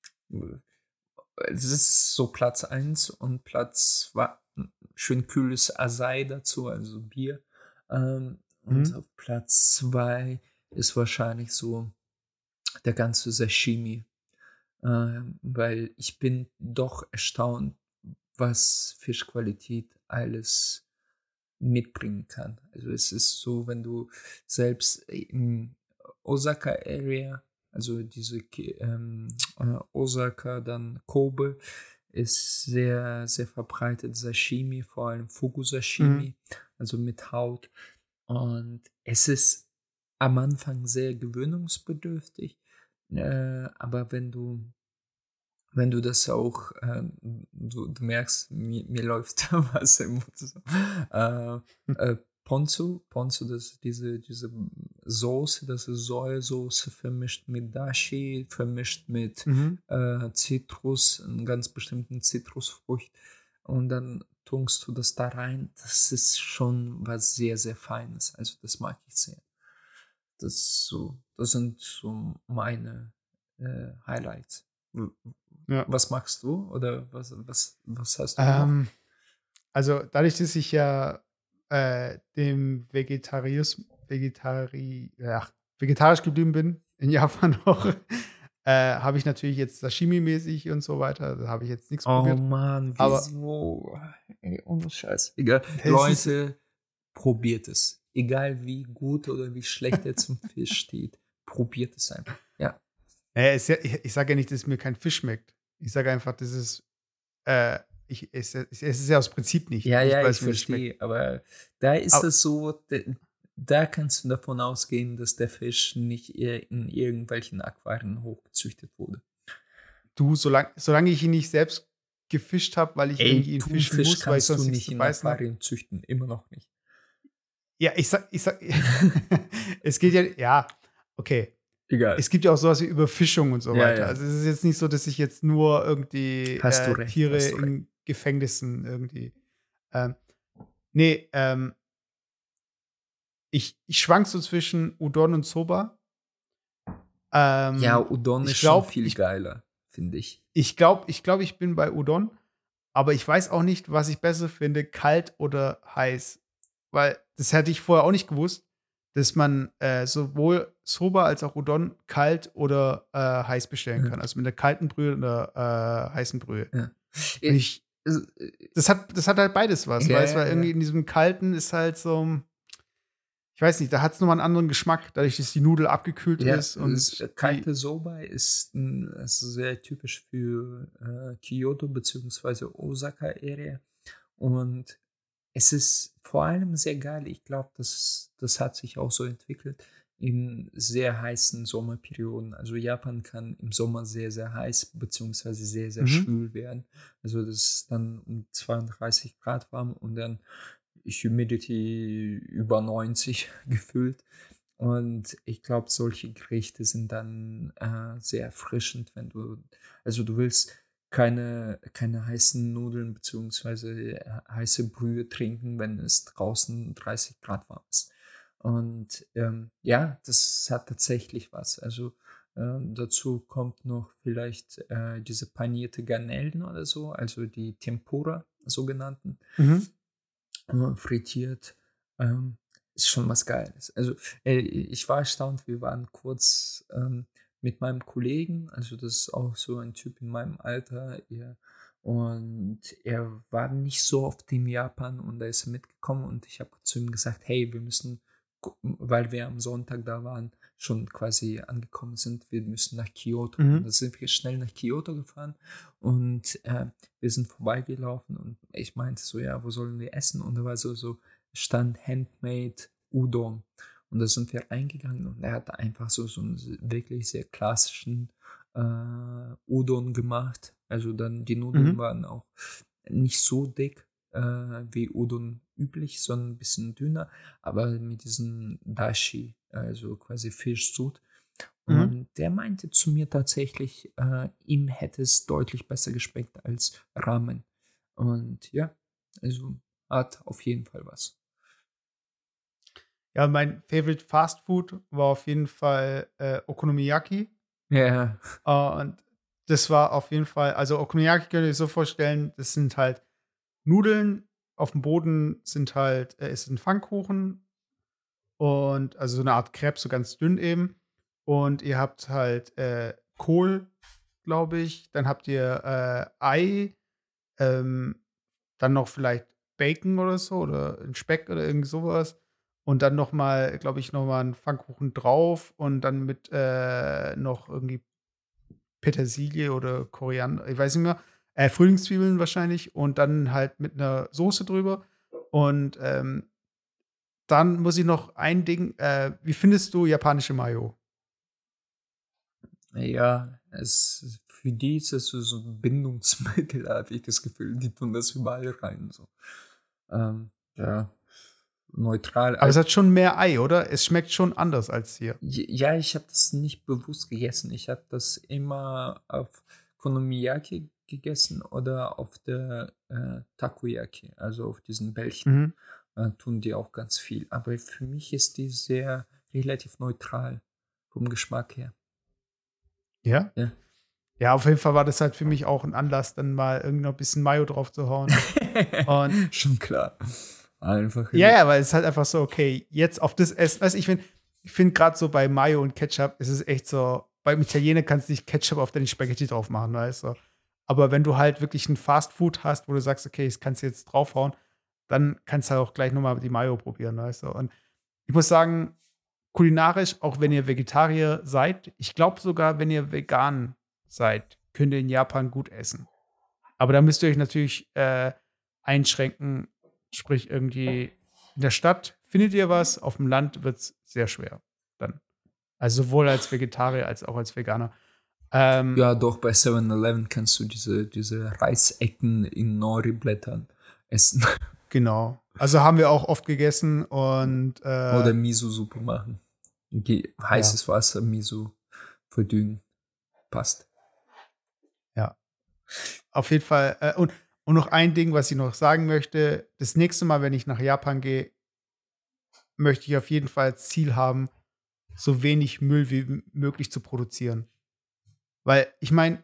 es ist so Platz eins und Platz zwei, schön kühles Asai dazu, also Bier. Ähm, und Mhm. auf Platz zwei ist wahrscheinlich so der ganze Sashimi. Ähm, weil ich bin doch erstaunt, was Fischqualität alles mitbringen kann. Also es ist so, wenn du selbst im Osaka Area, also diese ähm, äh, Osaka, dann Kobe, ist sehr, sehr verbreitet. Sashimi, vor allem Fugu-Sashimi, Mhm. also mit Haut. Und es ist am Anfang sehr gewöhnungsbedürftig, äh, aber wenn du wenn du das auch, ähm, du, du merkst, mir, mir läuft was im Mund. So. Äh, äh, Ponzu, Ponzu, das ist diese, diese Soße, das ist Sojasauce vermischt mit Dashi, vermischt mit Mhm. äh, Zitrus, einen ganz bestimmten Zitrusfrucht. Und dann tunkst du das da rein. Das ist schon was sehr, sehr Feines. Also das mag ich sehr. Das ist so, das sind so meine äh, Highlights. W- Ja. Was magst du oder was, was, was hast du noch? Ähm, also dadurch, dass ich ja äh, dem Vegetarius, Vegetari, ja, vegetarisch geblieben bin in Japan noch, äh, habe ich natürlich jetzt Sashimi-mäßig und so weiter, da habe ich jetzt nichts Oh probiert. Mann, Aber wieso? Ey, ohne Scheiß. Egal. es ist, Leute, probiert es. Egal wie gut oder wie schlecht er zum Fisch steht, probiert es einfach. Ja. äh, es ist ja, ich, ich sage ja nicht, dass mir kein Fisch schmeckt. Ich sage einfach, das ist, äh, ich, es, es ist ja aus Prinzip nicht. Ja, Nicht, ja, weil ich es mir nicht schmeckt. verstehe, aber da ist Aber es so, d- da kannst du davon ausgehen, dass der Fisch nicht ir- in irgendwelchen Aquarien hochgezüchtet wurde. du, solange solange ich ihn nicht selbst gefischt habe, weil ich irgendwie Ey, ihn fischen Thunfisch muss, weil ich kannst du sonst nichts nicht zu in beißen habe. Aquarien züchten, immer noch nicht. Ja, ich sag, ich sag, es geht ja, ja, okay. Egal. Es gibt ja auch sowas wie Überfischung und so Ja, weiter. ja, Also es ist jetzt nicht so, dass ich jetzt nur irgendwie hast du äh, recht, Tiere hast du recht. in Gefängnissen irgendwie. Ähm, nee, ähm, ich, ich schwank so zwischen Udon und Soba. Ja, Ähm, Udon ist ich schon glaube, viel ich, geiler, finde ich. ich glaube, ich glaube, ich bin bei Udon, aber ich weiß auch nicht, was ich besser finde, kalt oder heiß. Weil das hätte ich vorher auch nicht gewusst, dass man äh, sowohl Soba als auch Udon kalt oder äh, heiß bestellen Ja, kann. Also mit einer kalten Brühe und einer äh, heißen Brühe. ja. Und Äh, ich, also, äh, das hat, das hat halt beides was, ja, weil es ja, war irgendwie ja. in diesem kalten ist halt so, ich weiß nicht, da hat es nochmal einen anderen Geschmack, dadurch, dass die Nudel abgekühlt Ja, ist das, und äh, die, kalte Soba ist, ein, ist sehr typisch für äh, Kyoto bzw. Osaka-Area. Und es ist vor allem sehr geil. Ich glaube, das, das hat sich auch so entwickelt in sehr heißen Sommerperioden. Also Japan kann im Sommer sehr, sehr heiß bzw. sehr, sehr mhm, schwül werden. Also das ist dann um zweiunddreißig Grad warm und dann Humidity über neunzig gefühlt. Und ich glaube, solche Gerichte sind dann äh, sehr erfrischend, wenn du, also du willst keine, keine heißen Nudeln beziehungsweise äh, heiße Brühe trinken, wenn es draußen dreißig Grad warm ist. Und ähm, ja, das hat tatsächlich was. Also ähm, dazu kommt noch vielleicht äh, diese panierte Garnelen oder so, also die Tempura sogenannten, mhm, äh, frittiert. Ähm, ist schon was Geiles. Also äh, ich war erstaunt, wir waren kurz ähm, mit meinem Kollegen, also das ist auch so ein Typ in meinem Alter, er, und er war nicht so oft in Japan und da ist er mitgekommen und ich habe zu ihm gesagt, hey, wir müssen, gu- weil wir am Sonntag da waren, schon quasi angekommen sind, wir müssen nach Kyoto. Und mhm. dann sind wir schnell nach Kyoto gefahren und äh, wir sind vorbeigelaufen und ich meinte so, ja, wo sollen wir essen? Und da war so, so stand Handmade Udon. Und da sind wir eingegangen und er hat einfach so, so einen wirklich sehr klassischen äh, Udon gemacht. Also dann die Nudeln Mhm. waren auch nicht so dick äh, wie Udon üblich, sondern ein bisschen dünner, aber mit diesem Dashi, also quasi Fischsud. Mhm. Und der meinte zu mir tatsächlich, äh, ihm hätte es deutlich besser geschmeckt als Ramen. Und ja, also hat auf jeden Fall was. Ja, mein Favorite Fast Food war auf jeden Fall äh, Okonomiyaki. Ja, Äh, und das war auf jeden Fall, also Okonomiyaki könnt ihr euch so vorstellen, das sind halt Nudeln, auf dem Boden sind halt, äh, ist ein Pfannkuchen und also so eine Art Crepe, so ganz dünn eben. Und ihr habt halt äh, Kohl, glaube ich. Dann habt ihr äh, Ei, ähm, dann noch vielleicht Bacon oder so oder ein Speck oder irgend sowas. Und dann noch mal, glaube ich, noch mal 'n Pfannkuchen drauf und dann mit, äh, noch irgendwie Petersilie oder Koriander, ich weiß nicht mehr. Äh, Frühlingszwiebeln wahrscheinlich und dann halt mit einer Soße drüber. Und, ähm, dann muss ich noch ein Ding äh, wie findest du japanische Mayo? Ja, es für die ist es so so 'n Bindungsmittel, habe ich das Gefühl. Die tun das überall rein so. Ähm, ja, neutral. Aber es Al hat schon mehr Ei, oder? Es schmeckt schon anders als hier. j Ja, ich habe das nicht bewusst gegessen. Ich habe das immer auf Okonomiyaki gegessen oder auf der, äh, Takoyaki, also auf diesen Bällchen, Mhm. äh, tun die auch ganz viel. Aber für mich ist die sehr relativ neutral vom Geschmack her. Ja? Ja. Ja, auf jeden Fall war das halt für mich auch 'n Anlass, dann mal irgend noch bisschen Mayo drauf zu hauen. Und Schon klar. Einfach ja, in ja, weil es ist halt einfach so, okay, jetzt auf das Essen, weißt du, ich finde ich finde grad so bei Mayo und Ketchup ist es echt so, beim Italiener kannst du nicht Ketchup auf deine Spaghetti drauf machen, weißt du? Aber wenn du halt wirklich 'n Fast Food hast, wo du sagst: „Okay, das kannst du jetzt draufhauen“, dann kannst du halt auch gleich noch mal die Mayo probieren, weißt du? Und ich muss sagen, kulinarisch, auch wenn ihr Vegetarier seid, ich glaube sogar, wenn ihr vegan seid, könnt ihr in Japan gut essen. Aber da müsst ihr euch natürlich, äh, einschränken, sprich irgendwie in der Stadt findet ihr was, auf dem Land wird's sehr schwer dann. Also, sowohl als Vegetarier als auch als Veganer. Ähm, Ja, doch, bei Seven-Eleven kannst du diese diese Reisecken in Nori-Blättern essen genau. Also, haben wir auch oft gegessen und, äh, oder Miso-Suppe machen. Ge ja, Heißes Wasser, Miso verdünnen, passt. ja. Auf jeden Fall, äh, und und noch ein Ding, was ich noch sagen möchte: Das nächste Mal, wenn ich nach Japan gehe, möchte ich auf jeden Fall als Ziel haben, so wenig Müll wie m möglich zu produzieren. Weil ich meine,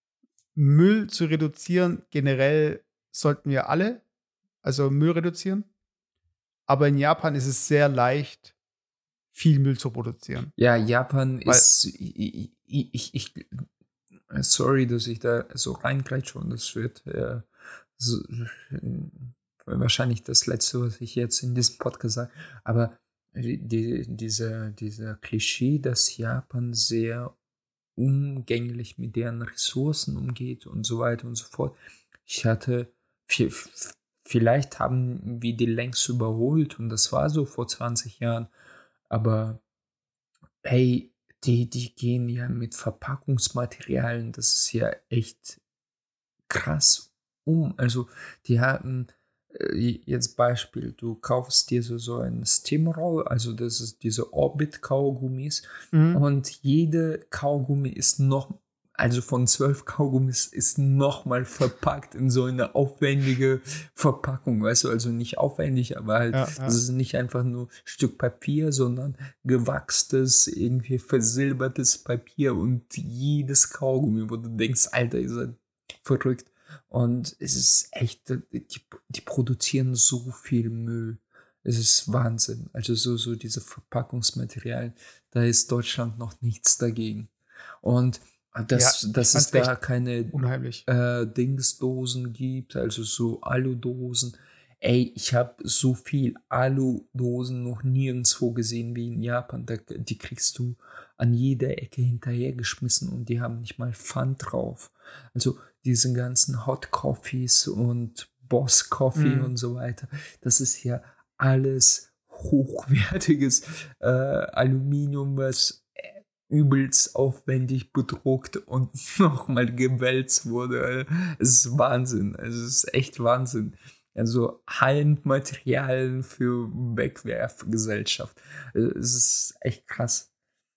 Müll zu reduzieren generell sollten wir alle, also Müll reduzieren, aber in Japan ist es sehr leicht, viel Müll zu produzieren, Ja, Japan weil ist i i ich ich äh, sorry, dass ich da so reingrätsche und das wird, äh, so äh, wahrscheinlich das Letzte, was ich jetzt in diesem Podcast sage, aber die die diese dieser Klischee, dass Japan sehr umgänglich mit deren Ressourcen umgeht und so weiter und so fort. Ich hatte vi vielleicht haben wir die längst überholt und das war so vor zwanzig Jahren, aber hey, die die gehen ja mit Verpackungsmaterialien, das ist ja echt krass um. Also, die hatten, äh, jetzt Beispiel, du kaufst dir so so ein Steamroll, also das ist diese Orbit-Kaugummis mhm, und jede Kaugummi ist noch also von zwölf Kaugummis ist noch mal verpackt in so eine aufwendige Verpackung, weißt du? Also nicht aufwendig, aber halt, ja, das ja. ist nicht einfach nur Stück Papier, sondern gewachstes, irgendwie versilbertes Papier und jedes Kaugummi, wo du denkst: „Alter, ihr seid verrückt.“ Und es ist echt, äh, die, die produzieren so viel Müll. Es ist Wahnsinn. Also so, so diese Verpackungsmaterialien, da ist Deutschland noch nichts dagegen. Und Ja, dass, ich dass es fand's da echt keine unheimlich. äh, Dingsdosen gibt, also so Aludosen. Ey, ich habe so viel Aludosen noch nirgendwo gesehen wie in Japan. Da, die kriegst du an jeder Ecke hinterhergeschmissen und die haben nicht mal Pfand drauf. Also diese ganzen Hot Coffees und Boss Coffee Mhm. und so weiter, das ist ja alles hochwertiges äh, Aluminium, was übelst aufwendig bedruckt und nochmal gewälzt wurde. Es ist Wahnsinn. Also es ist echt Wahnsinn. Also High-End-Materialien für Wegwerfgesellschaft. Also es ist echt krass.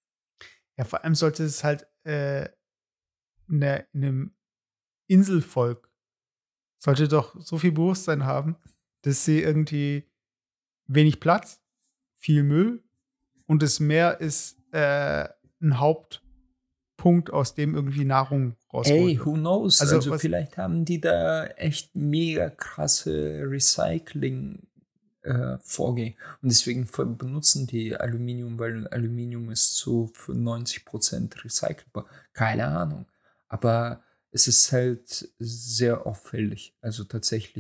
Ja, vor allem sollte es halt, äh, in der in 'nem Inselvolk sollte doch so viel Bewusstsein haben, dass sie irgendwie wenig Platz, viel Müll und das Meer ist, äh, 'n Hauptpunkt, aus dem irgendwie Nahrung Ey, rausgeholt wird. who knows? Also, Also was vielleicht haben die da echt mega krasse Recycling äh, Vorgehen. Und deswegen ver- benutzen die Aluminium, weil Aluminium ist zu neunzig Prozent recycelbar. Keine Ahnung. Aber es ist halt sehr auffällig. Also tatsächlich.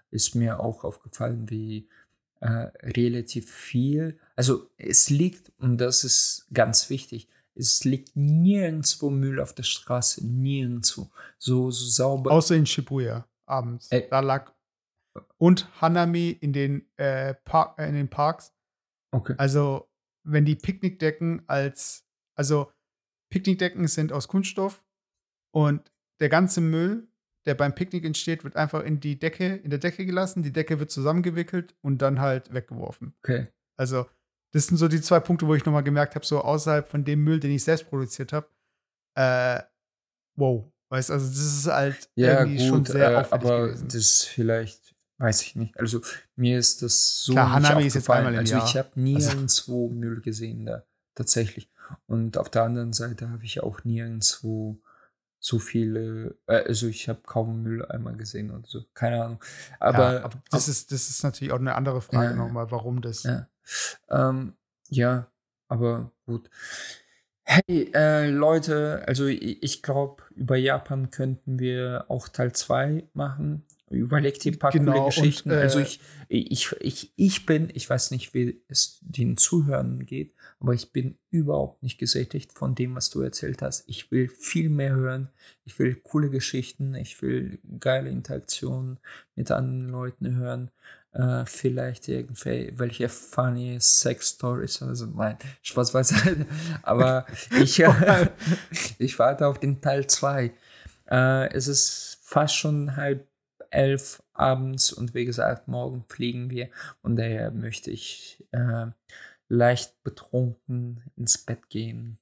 ist mir auch aufgefallen, wie äh, relativ viel, also es liegt, und das ist ganz wichtig, es liegt nirgendwo Müll auf der Straße, nirgendwo. So, so sauber. Außer in Shibuya abends. Äh, da lag und Hanami in den, äh, Park, äh, in den Parks. Okay. Also, wenn die Picknickdecken als, also Picknickdecken sind aus Kunststoff und der ganze Müll, der beim Picknick entsteht, wird einfach in die Decke, in der Decke gelassen, die Decke wird zusammengewickelt und dann halt weggeworfen. Okay. Also, das sind so die zwei Punkte, wo ich nochmal gemerkt habe, so außerhalb von dem Müll, den ich selbst produziert habe, äh, wow. Weißt, also das ist halt ja, irgendwie gut, schon sehr äh, auffällig aber gewesen. das ist vielleicht, weiß ich nicht. Also mir ist das so Klar, nicht Hanami ist jetzt aufgefallen. einmal im Also Jahr. ich habe nirgendwo also. Müll gesehen da, tatsächlich. Und auf der anderen Seite habe ich auch nirgendwo so viele, äh, also ich habe kaum Mülleimer gesehen und so, keine Ahnung. Aber, ja, aber das, ab, ist, das ist natürlich auch eine andere Frage ja, nochmal, warum das. Ja, ähm, ja aber gut. Hey, äh, Leute, also ich, ich glaube, über Japan könnten wir auch Teil zwei machen. Überlegt dir ein paar Genau, coole Geschichten. Und, äh, also ich, ich, ich, ich bin, ich weiß nicht, wie es den Zuhörern geht, aber ich bin überhaupt nicht gesättigt von dem, was du erzählt hast. Ich will viel mehr hören. Ich will coole Geschichten. Ich will geile Interaktionen mit anderen Leuten hören. Uh, vielleicht irgendwelche funny Sex-Stories, also nein, Spaß beiseite. Aber ich, äh, ich warte auf den Teil zwei. Uh, es ist fast schon halb elf abends und wie gesagt, morgen fliegen wir und daher möchte ich äh, leicht betrunken ins Bett gehen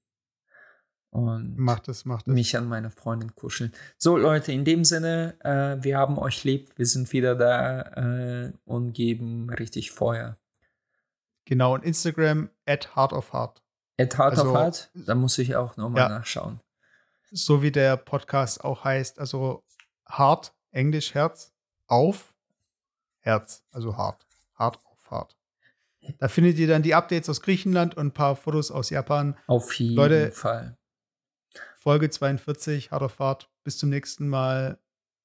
und macht es, macht es. mich an meine Freundin kuscheln. So, Leute, in dem Sinne, äh, wir haben euch lieb, wir sind wieder da äh, und geben richtig Feuer. Genau, und Instagram at Heart of Heart. At Heart also, of Heart, da muss ich auch nochmal ja, nachschauen. So wie der Podcast auch heißt, also Heart, Englisch Herz, auf Herz, also Heart. Heart of Heart. Da findet ihr dann die Updates aus Griechenland und ein paar Fotos aus Japan. Auf jeden Leute, Fall. Folge zweiundvierzig, Heart of Heart. Bis zum nächsten Mal.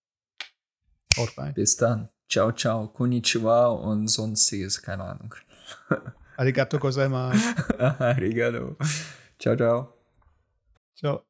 Haut rein. Bis dann. Ciao, ciao. Konnichiwa und sonstiges, keine Ahnung. Arigato gozaimasu. Arigato. Ciao, ciao. Ciao.